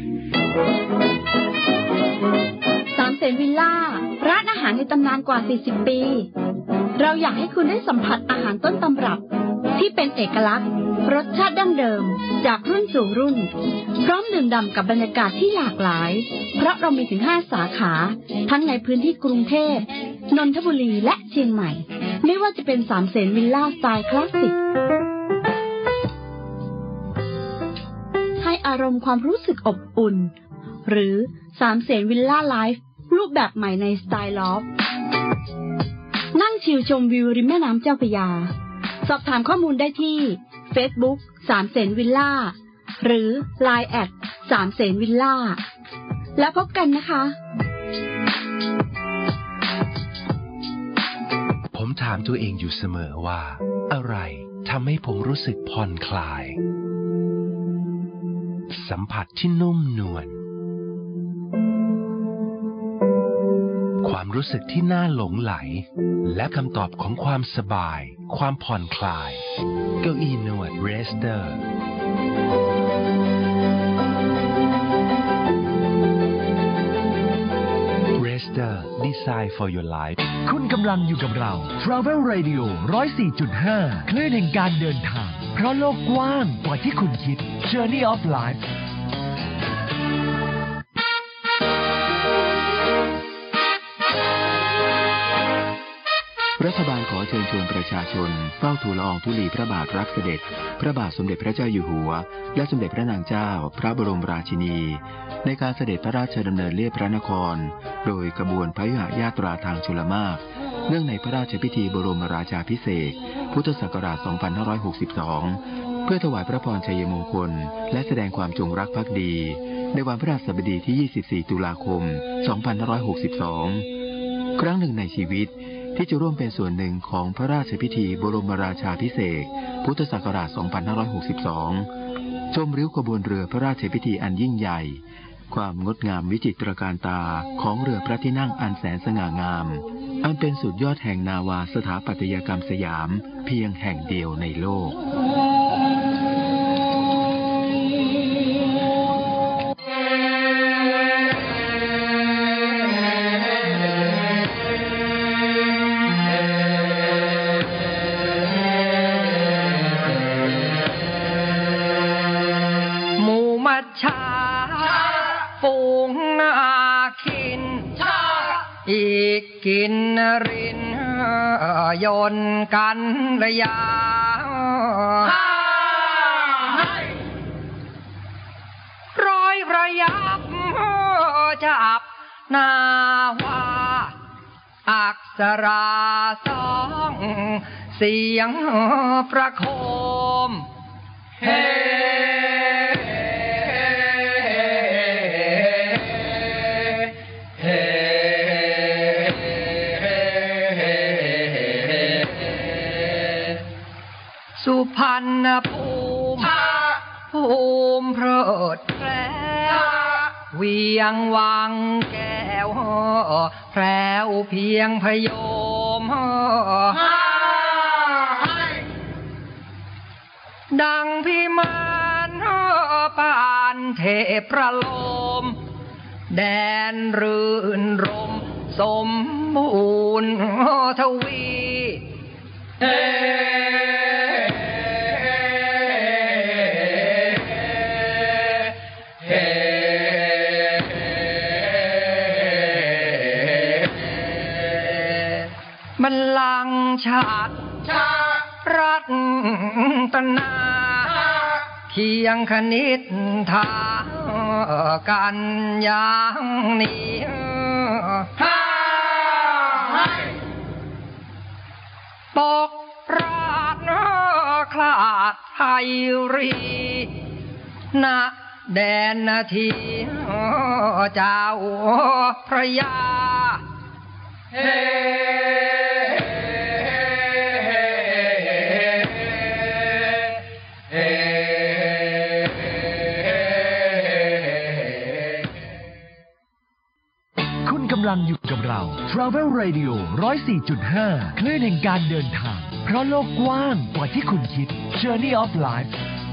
3 เสนวิลล่าร้านอาหารในตำนานกว่า40 ปีเราอยากให้คุณได้สัมผัสอาหารต้นตำรับที่เป็นเอกลักษณ์รสชาติดั้งเดิมจากรุ่นสู่รุ่นพร้อมดื่มด่ำกับบรรยากาศที่หลากหลายเพราะเรามีถึง5 สาขาทั้งในพื้นที่กรุงเทพนนทบุรีและเชียงใหม่ไม่ว่าจะเป็น3 เสนวิลล่าสไตล์คลาสสิกให้อารมณ์ความรู้สึกอบอุ่นหรือ3 เสนวิลล่าไลฟ์รูปแบบใหม่ในสไตล์ลอฟนั่งชิลชมวิวริมแม่น้ำเจ้าพระยาสอบถามข้อมูลได้ที่ Facebook 3 เสนวิลล่าหรือ LINE@ 3 เสนวิลล่าแล้วพบกันนะคะผมถามตัวเองอยู่เสมอว่าอะไรทำให้ผมรู้สึกผ่อนคลายสัมผัสที่นุ่มนวลความรู้สึกที่น่าหลงไหลและคำตอบของความสบายความผ่อนคลายเก้าอี้นวด Rester Design for your life คุณกำลังอยู่กับเรา Travel Radio 104.5 คลื่นแห่งการเดินทางเพราะโลกกว้างกว่าที่คุณคิด Journey of Life รัฐบาลขอเชิญชวนประชาชนเฝ้าทูลละอองธุลีพระบาทรับเสด็จพระบาทสมเด็จพระเจ้าอยู่หัวและสมเด็จพระนางเจ้าพระบรมราชินีในการเสด็จพระราชดำเนินเลียบพระนครโดยขบวนพยุหญาตราทางชลมารเนื่องในพระราชพิธีบรมราชาภิเษกพุทธศักราช 2562 เพื่อถวายพระพรชัยมงคลและแสดงความจงรักภักดีในวันพฤหัสบดีที่ 24 ตุลาคม 2562 ครั้งหนึ่งในชีวิตที่จะร่วมเป็นส่วนหนึ่งของพระราชพิธีบรมราชาภิเษกพุทธศักราช 2562 ชมริ้วขบวนเรือพระราชพิธีอันยิ่งใหญ่ความงดงามวิจิตรการตาของเรือพระที่นั่งอันแสนสง่างามอันเป็นสุดยอดแห่งนาวาสถาปัตยกรรมสยามเพียงแห่งเดียวในโลกอีกกินรินยนกันระยาร้อยจับนาวาอักษราสองเสียงประโคมเฮสุพรรณภูมิภูมิเพลิดเพลินเวียงวังแก้วแพรวเพียงพยมดังพิมานปานเทพประโลมแดนรื่นรมสมบูรณ์ทวีบัลลังก์ชาติรัตนาเคียงคณิตทากันอย่างนี้ปกราชคลาดไทยรีณแดนนาทีเจ้าพระยากำลังอยู่กับเรา Travel Radio 104.5 คลื่นแห่งการเดินทางเพราะโลกกว้างกว่าที่คุณคิด Journey of Life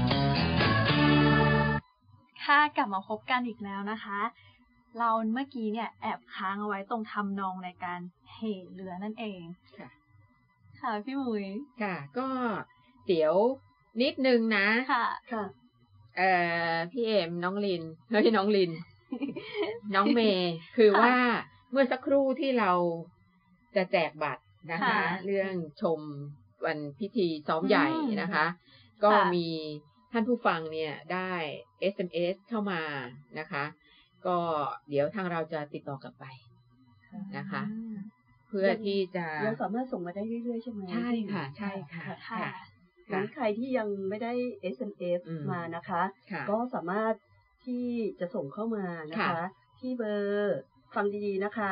ค่ะกลับมาพบกันอีกแล้วนะคะ เราเมื่อกี้เนี่ยแอบค้างเอาไว้ตรงทำนองในการเหเรือนั่นเองค่ะค่ะพี่มุ้ยค่ะก็เดี๋ยวนิดนึงนะค่ะค่ะพี่เอ็มน้องลินน้องลิน น้องเมย์คือว่าเมื่อสักครู่ที่เราจะแจกบัตรนะคะเรื่องชมวันพิธีซ้อมใหญ่นะคะก็มีท่านผู้ฟังเนี่ยได้ SMS เข้ามานะคะก็เดี๋ยวทางเราจะติดต่อกลับไปนะคะเพื่อที่จะเราสามารถส่งมาได้เรื่อยๆใช่ไหมใช่ค่ะใช่ค่ะหรือใครที่ยังไม่ได้ SMS มานะคะก็สามารถที่จะส่งเข้ามานะคะที่เบอร์ฟังดีๆนะคะ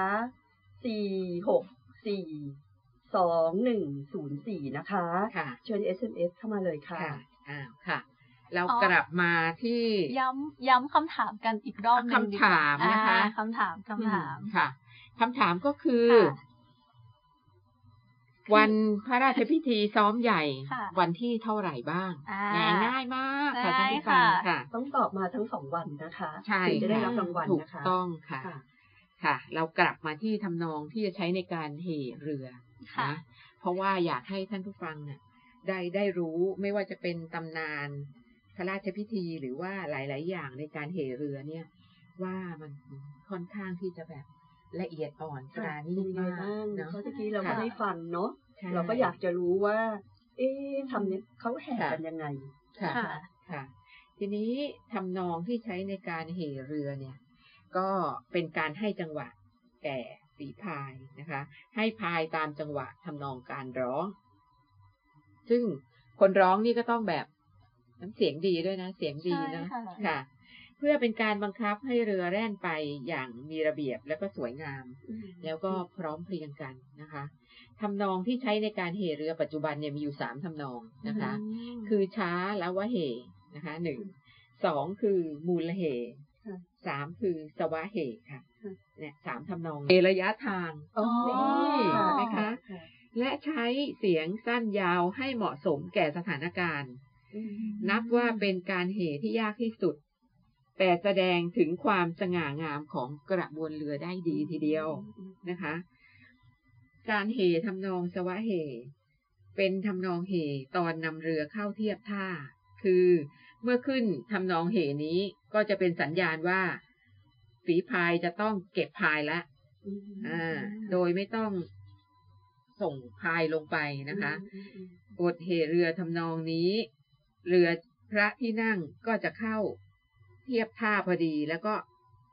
4642104นะคะเชิญ SMS เข้ามาเลยค่ะค่ะเรากลับมาที่ย้ำคำถามกันอีกรอบนึงคำถามนะคะคำถามค่ะคำถามก็คือวันพระราชพิธีซ้อมใหญ่วันที่เท่าไหร่บ้างง่ายมากค่ะท่านผู้ฟังค่ะต้องตอบมาทั้ง2วันนะคะถึงจะได้รับรางวัลนะคะถูกต้องค่ะค่ะเรากลับมาที่ทำนองที่จะใช้ในการเหเรือนะเพราะว่าอยากให้ท่านผู้ฟังเนี่ยได้รู้ไม่ว่าจะเป็นตำนานพระราชพิธีหรือว่าหลายๆอย่างในการเหเรือเนี่ยว่ามันค่อนข้างที่จะแบบละเอียดอ่อนปราณีตมากเนาะเมื่อกี้เราก็ได้ฟังเนาะเราก็อยากจะรู้ว่าทำเนี่ยเขาแห่กันยังไงค่ะทีนี้ทำนองที่ใช้ในการเหเรือเนี่ยก็เป็นการให้จังหวะแก่ฝีพายนะคะให้พายตามจังหวะทำนองการร้องซึ่งคนร้องนี่ก็ต้องแบบน้ำเสียงดีด้วยนะเสียงดีนะค่ะเพื่อเป็นการบังคับให้เรือแล่นไปอย่างมีระเบียบและก็สวยงามแล้วก็พร้อมเพรียงกันนะคะทำนองที่ใช้ในการเหเรือปัจจุบันเนี่ยมีอยู่3ทำนองนะคะคือช้าละวะเหนะคะ1 2คือมูลเห3คือสวะเหค่ะเนี่ย3ทำนองในระยะทางนี่นะคะและใช้เสียงสั้นยาวให้เหมาะสมแก่สถานการณ์นับว่าเป็นการเหที่ยากที่สุดแต่แสดงถึงความสง่างามของกระบวนเรือได้ดีทีเดียวนะคะการเหทำนองสวะเหเป็นทำนองเหตอนนำเรือเข้าเทียบท่าคือเมื่อขึ้นทำนองเหนี้ก็จะเป็นสัญญาณว่าฝีพายจะต้องเก็บพายละโดยไม่ต้องส่งพายลงไปนะคะบทเหเรือทำนองนี้เรือพระที่นั่งก็จะเข้าเทียบท่าพอดีแล้วก็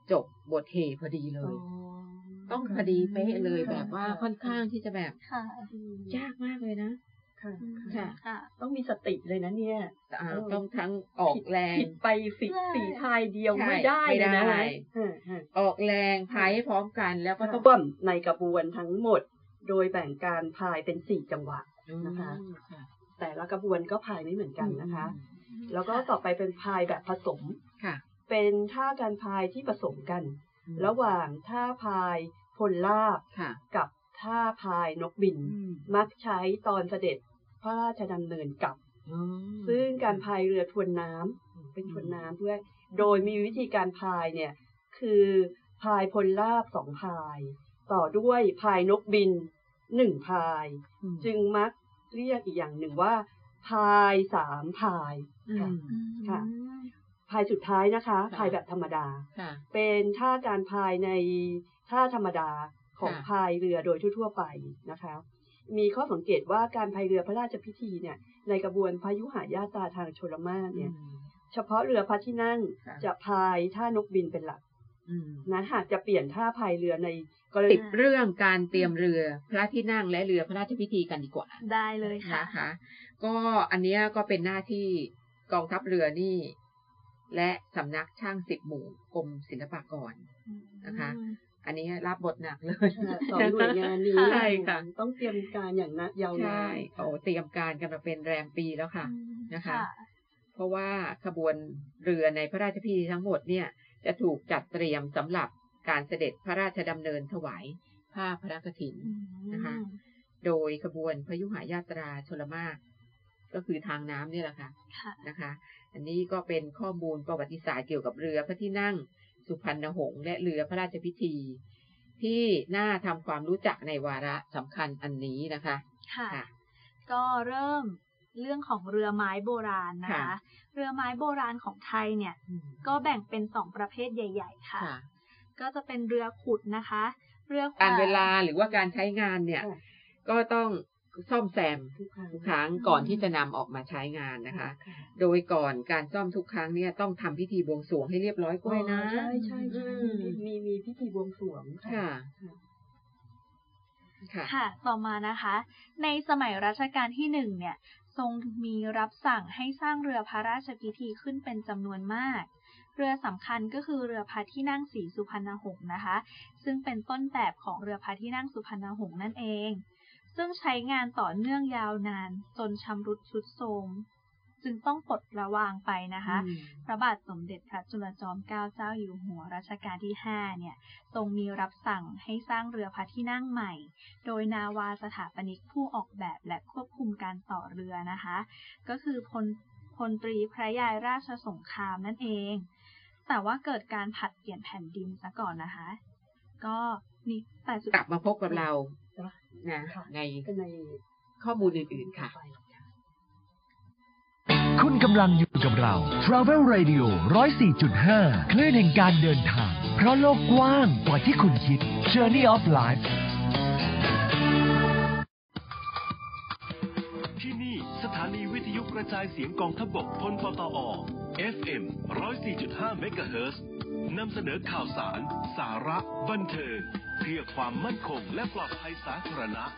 จบบทเหพอดีเลยต้องพอดีเป๊ะเลยแบบว่าค่อนข้างที่จะแบบยากมากเลยนะค่ะต้องมีสติเลยนะเนี่ยต้องทั้งออกแรงผิดไปฝีพายเดียวไม่ได้นะออกแรงพายให้พร้อมกันแล้วก็ต้องในกระบวนทั้งหมดโดยแบ่งการพายเป็น4จังหวะนะคะแต่ละกระบวนก็พายไม่เหมือนกันนะคะแล้วก็ต่อไปเป็นพายแบบผสมเป็นท่าการพายที่ผสมกันระหว่างท่าพายพลลาภกับท่าพายนกบินมักใช้ตอนเสด็จพระราชดำเนินกลับซึ่งการพายเรือทวนน้ำเป็นทวนน้ำด้วยโดยมีวิธีการพายเนี่ยคือพายพลลาภ2พายต่อด้วยพายนกบิน1พายจึงมักเรียกอีกอย่างหนึ่งว่าพาย3พายค่ะพายสุดท้ายนะคะพายแบบธรรมดาเป็นท่าการพายในท่าธรรมดาของพายเรือโดยทั่วๆไปนะคะมีข้อสังเกตว่าการพายเรือพระราชพิธีเนี่ยในกระบวนพยุหญาตราทางชลมารเนี่ยเฉพาะเรือพระที่นั่งจะพายท่านกบินเป็นหลักนะหากจะเปลี่ยนท่าพายเรือในกรณีเรื่องการเตรียมเรือพระที่นั่งและเรือพระราชพิธีกันดีกว่าได้เลยค่ะนะคะก็อันนี้ก็เป็นหน้าที่กองทัพเรือนี่และสำนักช่าง10หมู่กรมศิลปากรนะคะอันนี้รับบทหนักเลยสองหน่วยงานนี้ใช่ค่ะต้องเตรียมการอย่างนักยาวนานเตรียมการกันมาเป็นแรมปีแล้วค่ะนะคะเพราะว่าขบวนเรือในพระราชพิธีทั้งหมดเนี่ยจะถูกจัดเตรียมสำหรับการเสด็จพระราชดำเนินถวายผ้าพระกฐินนะคะโดยขบวนพยุหญาตราชลมารก็คือทางน้ำนี่แหละค่ะนะคะอันนี้ก็เป็นข้อมูลประวัติศาสตร์เกี่ยวกับเรือพระที่นั่งสุพรรณหงษ์และเรือพระราชพิธีที่น่าทำความรู้จักในวาระสำคัญอันนี้นะคะค่ะก็เริ่มเรื่องของเรือไม้โบราณนะคะเรือไม้โบราณของไทยเนี่ยก็แบ่งเป็น2ประเภทใหญ่ๆค่ะก็จะเป็นเรือขุดนะคะเรือการเวลาหรือว่าการใช้งานเนี่ยก็ต้องซ่อมแซมทุกครั้งก่อนที่จะนำออกมาใช้งานนะคะโดยก่อนการซ่อมทุกครั้งเนี่ยต้องทำพิธีบวงสรวงให้เรียบร้อยก่อนนะใช่มีพิธีบวงสรวงค่ะต่อมานะคะในสมัยรัชกาลที่1เนี่ยทรงมีรับสั่งให้สร้างเรือพระราชพิธีขึ้นเป็นจำนวนมากเรือสำคัญก็คือเรือพระที่นั่งศรีสุพรรณหงษ์นะคะซึ่งเป็นต้นแบบของเรือพระที่นั่งสุพรรณหงษ์นั่นเองซึ่งใช้งานต่อเนื่องยาวนานจนชำรุดทรุดโทรมจึงต้องปลดระวางไปนะคะพระบาทสมเด็จพระจุลจอมเกล้าเจ้าอยู่หัวรัชกาลที่5เนี่ยทรงมีรับสั่งให้สร้างเรือพระที่นั่งใหม่โดยนาวาสถาปนิกผู้ออกแบบและควบคุมการต่อเรือนะคะก็คือพลตรีพระยายราชสงครามนั่นเองแต่ว่าเกิดการผัดเปลี่ยนแผ่นดินซะก่อนนะคะก็นี่แต่กลับมาพบกับเรานะในข้อมูลอื่นๆค่ะคุณกำลังอยู่กับเรา Travel Radio 104.5 คลื่นแห่งการเดินทางเพราะโลกกว้างกว่าที่คุณคิด Journey of Life ที่นี่สถานีวิทยุกระจายเสียงกองทัพบกพลปตอ FM 104.5 เมกะเฮิรตซ์นำเสนอข่าวสารสาระบันเทิงเพื่อความมั่นคงและปลอดภัยสาธารณะ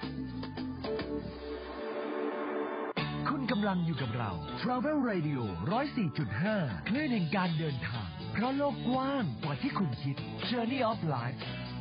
คุณกำลังอยู่กับเรา Travel Radio 104.5 คลื่นแห่งการเดินทางเพราะโลกกว้างกว่าที่คุณคิด Journey of Life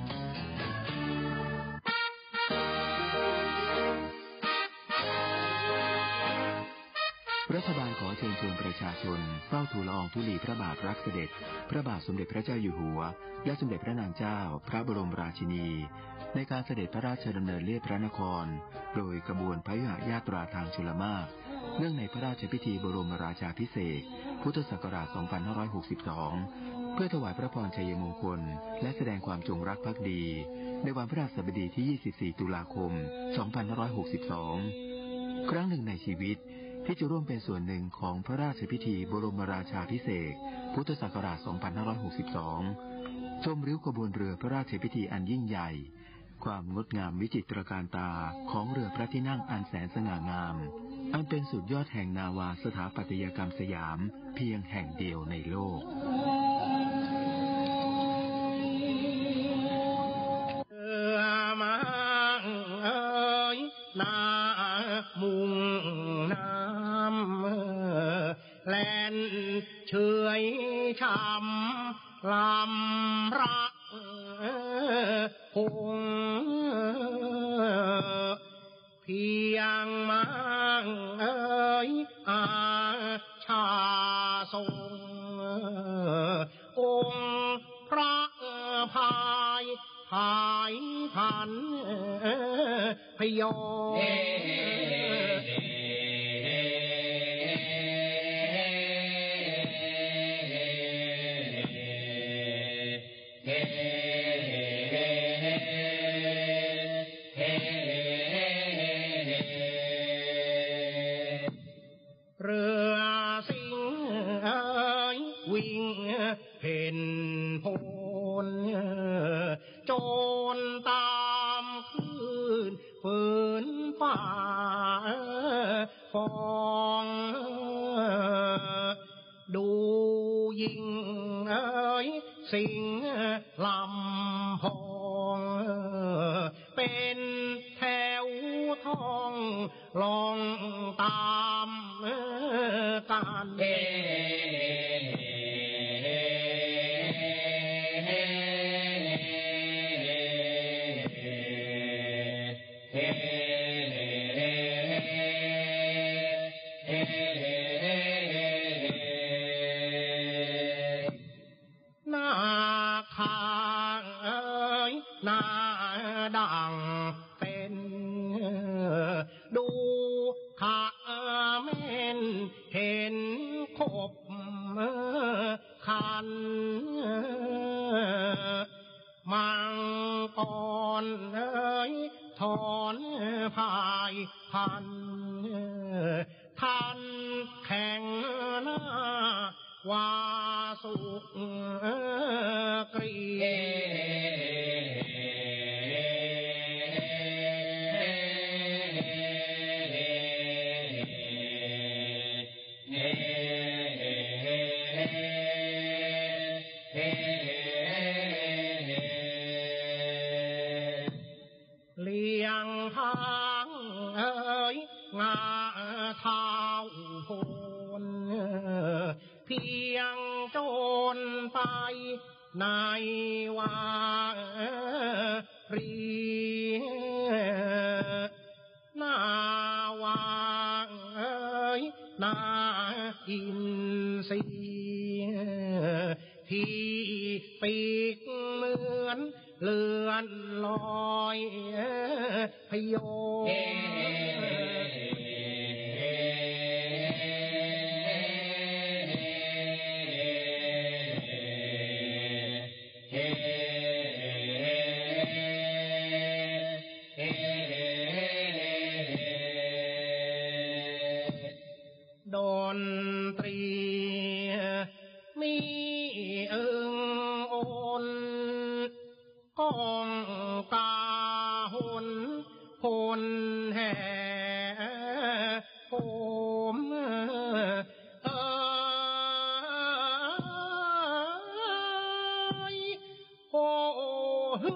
รัฐบาลขอเชิญชวนประชาชนเฝ้าทูลละอองธุลีพระบาทรับเสด็จพระบาทสมเด็จพระเจ้าอยู่หัวและสมเด็จพระนางเจ้าพระบรมราชินีในการเสด็จพระราชดำเนินเลียบพระนครโดยขบวนพยุหญาตราทางชลมารเนื่องในพระราชพิธีบรมราชาภิเษกพุทธศักราช 2562 เพื่อถวายพระพรชัยมงคลและแสดงความจงรักภักดีในวันพฤหัสบดีที่ 24 ตุลาคม 2562 ครั้งหนึ่งในชีวิตที่จะร่วมเป็นส่วนหนึ่งของพระราชพิธีบรมราชาภิเษกพุทธศักราช 2562 ชมริ้วขบวนเรือพระราชพิธีอันยิ่งใหญ่ความงดงามวิจิตรการตาของเรือพระที่นั่งอันแสนสง่างามอันเป็นสุดยอดแห่งนาวาสถาปัตยกรรมสยามเพียงแห่งเดียวในโลกมุงน้ำแล่นเฉยช้ำลำรักคงเพียงมังอาชาทรงองค์พระพายหายพันพยอเรือสิงห์วิ่งเพ่นพลโจรตามคืนฝืนฝ่าฟองดูยิงสิงลำพองเป็นแถวทองลองตามกันหน้าข้างหน้าดังเป็นดูขาเม่นเห็นคบคันมังกรถอนพายพันทันแข่งหน้าวาสุกรีเลี้ยงทางงาเท้าโพนเพียงโจรไปในวารีหน้าวางหน้าอินทรีที่ปีกเหมือนเลื่อนลอยพยงดนตรีมีอนกองกาหนพลแห่ผมโอ้ฮึ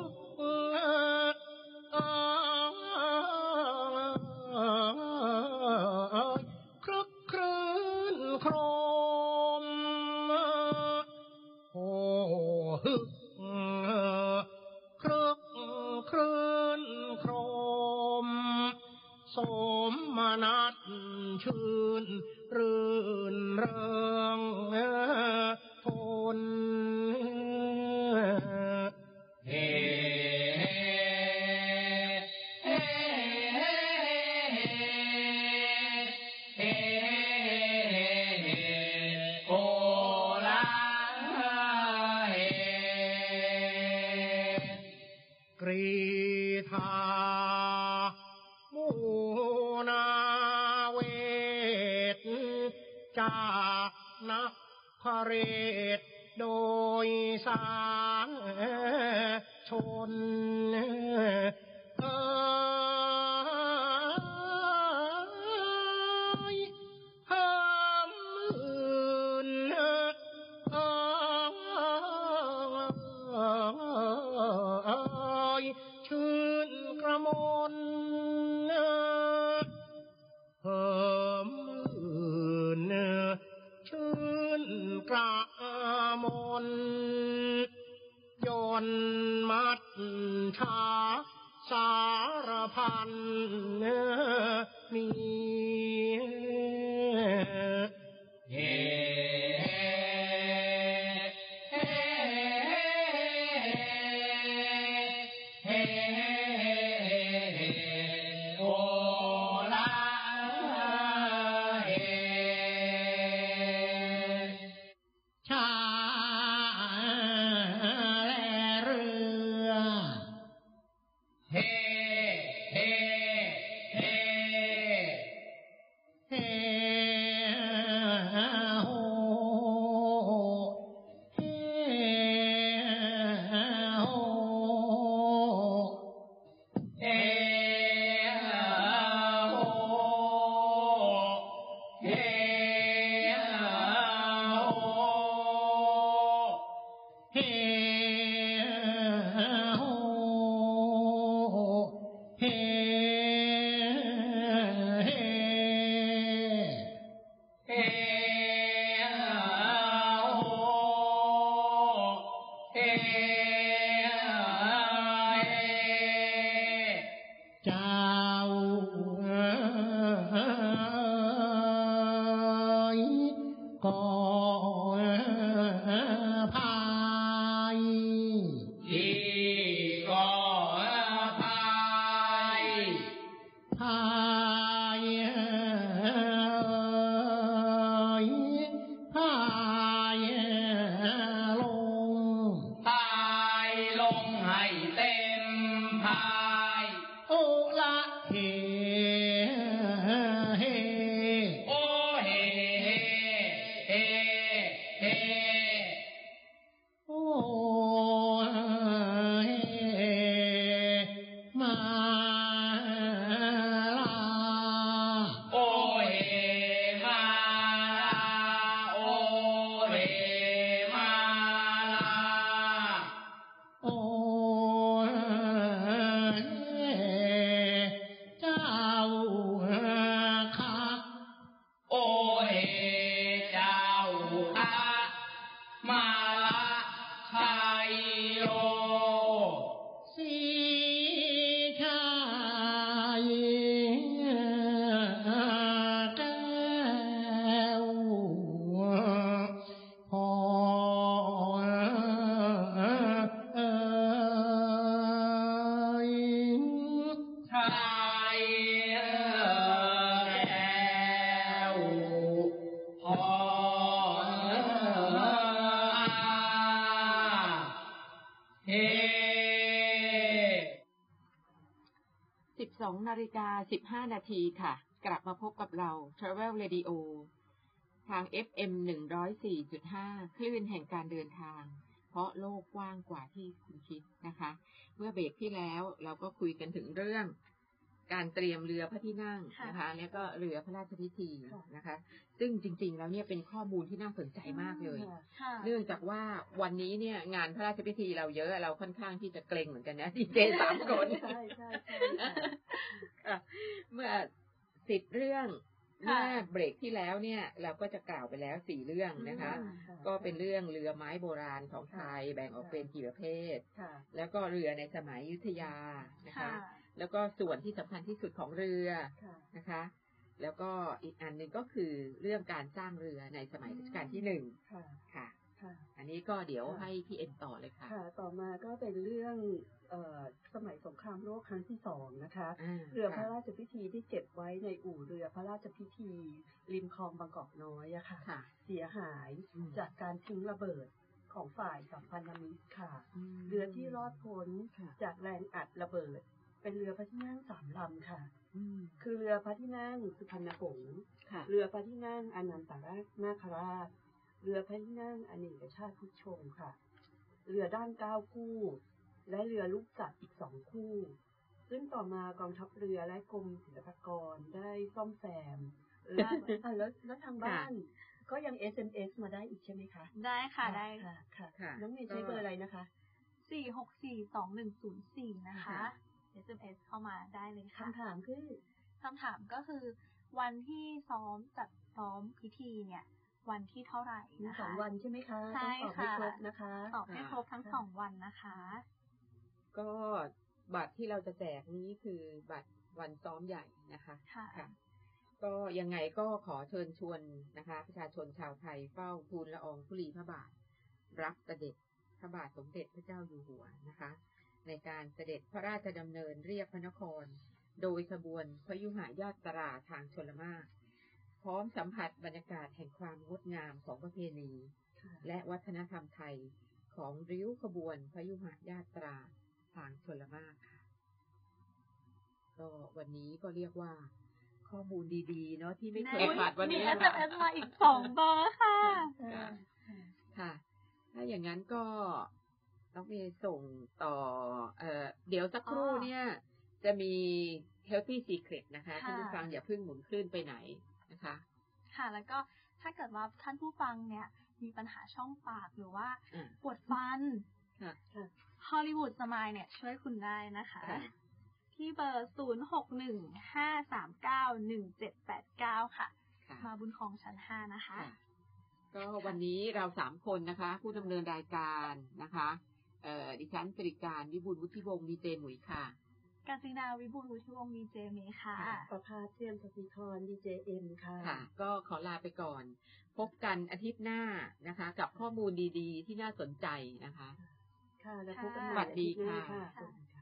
ครึกครื้นโครมโอ้ฮึครึกครื้นโครมสมนัสชื่นรื่นเริงทนกรีธามูนาเวทจากนักขเรศโดยสารชนชื่นกระมนนกระมนยนมัดชาสารพันมี 12:15 นาทีค่ะกลับมาพบกับเรา Travel Radio ทาง FM 104.5 คลื่นแห่งการเดินทางเพราะโลกกว้างกว่าที่คุณคิดนะคะเมื่อเบรกที่แล้วเราก็คุยกันถึงเรื่องการเตรียมเรือพระที่นั่งนะคะแล้วก็เรือพระราชพิธีนะคะซึ่งจริงๆแล้วเนี่ยเป็นข้อมูลที่น่าสนใจมากเลยเนื่องจากว่าวันนี้เนี่ยงานพระราชพิธีเราเยอะเราค่อนข้างที่จะเกรงเหมือนกันนะดีเจ3 คนใช่เมื่อ10 เรื่องเมื่อเบรกที่แล้วเนี่ยเราก็จะกล่าวไปแล้ว4 เรื่องนะคะก็เป็นเรื่องเรือไม้โบราณของไทยแบ่งออกเป็นกี่ประเภทแล้วก็เรือในสมัยอยุธยานะคะแล้วก็ส่วนที่สำคัญที่สุดของเรือนะคะแล้วก็อีกอันหนึ่งก็คือเรื่องการสร้างเรือในสมัยรัชกาลที่1ค่ะอันนี้ก็เดี๋ยวให้พี่เอ็นต่อเลยค่ะต่อมาก็เป็นเรื่องสมัยสงครามโลกครั้งที่2นะคะเรือพระราชพิธีที่เก็บไว้ในอู่เรือพระราชพิธีริมคลองบางกอกน้อยอะค่ะเสียหายจากการทิ้งระเบิดของฝ่ายสัมพันธมิตรค่ะเรือที่รอดพ้นจากแรงอัดระเบิดเป็นเรือพระที่นั่ง3 ลำค่ะคือเรือพระที่นั่งสุพรรณหงษ์เรือพระที่นั่งอนันตนาคราชเรือพระที่นั่งอเนกชาติพุทธชงค่ะเรือด้าน9 คู่และเรือลูกจักรอีก2 คู่ซึ่งต่อมากองทัพเรือและกรมศิลปากรได้ซ่อมแซมแล้วทางบ้านก็ยัง SMS มาได้อีกใช่ไหมคะได้ค่ะได้ค่ะน้องเมย์ใช้เบอร์อะไรนะคะ 4642104นะคะ SMS เข้ามาได้เลยค่ะคำถามก็คือวันที่จัดซ้อมพิธีเนี่ยวันที่เท่าไหร่นะคะ 2 วันใช่ไหมคะใช่ค่ะต้องตอบให้ครบนะคะตอบให้ครบทั้ง2 วันนะคะก็บัตรที่เราจะแจกนี้คือบัตรวันซ้อมใหญ่นะคะค่ะก็ยังไงก็ขอเชิญชวนนะคะประชาชนชาวไทยเฝ้าทูลละอองธุลีพระบาทรับเสด็จพระบาทสมเด็จพระเจ้าอยู่หัวนะคะในการเสด็จพระราชดำเนินเรียบพระนครโดยขบวนพยุหญาตราทางชลมารพร้อมสัมผัสบรรยากาศแห่งความงดงามของประเพณีและวัฒนธรรมไทยของริ้วขบวนพยุหญาตราทางชลมารค่ะก็วันนี้ก็เรียกว่าข้อมูลดีๆเนาะที่ไม่เคยผ่านวันนี้มี SMS มาอีก2 เบอร์ค่ะค่ะถ้าอย่างนั้นก็ต้องมีส่งต่อเดี๋ยวสักครู่เนี่ยจะมี Healthy Secret นะคะท่านผู้ฟังอย่าเพิ่งหมุนคลื่นไปไหนนะคะค่ะแล้วก็ถ้าเกิดว่าท่านผู้ฟังเนี่ยมีปัญหาช่องปากหรือว่าปวดฟันฮอลลีวูดสมายเนี่ยช่วยคุณได้นะคะที่เบอร์0615391789ค่ะมาบุญครองชั้น5นะคะก็วันนี้เรา3 คนนะคะผู้ดำเนินรายการนะคะดิฉันสิริการวิบูลย์วุฒิวงศ์ดีเจหมุยค่ะกาญจนาวิบูลย์วุฒิวงศ์ดีเจเมย์ค่ะประภาเทียมสศิธรดีเจเอ็มค่ะก็ขอลาไปก่อนพบกันอาทิตย์หน้านะคะกับข้อมูลดีๆที่น่าสนใจนะคะค่ะแล้วพบกันใหม่สวัสดีค่ะ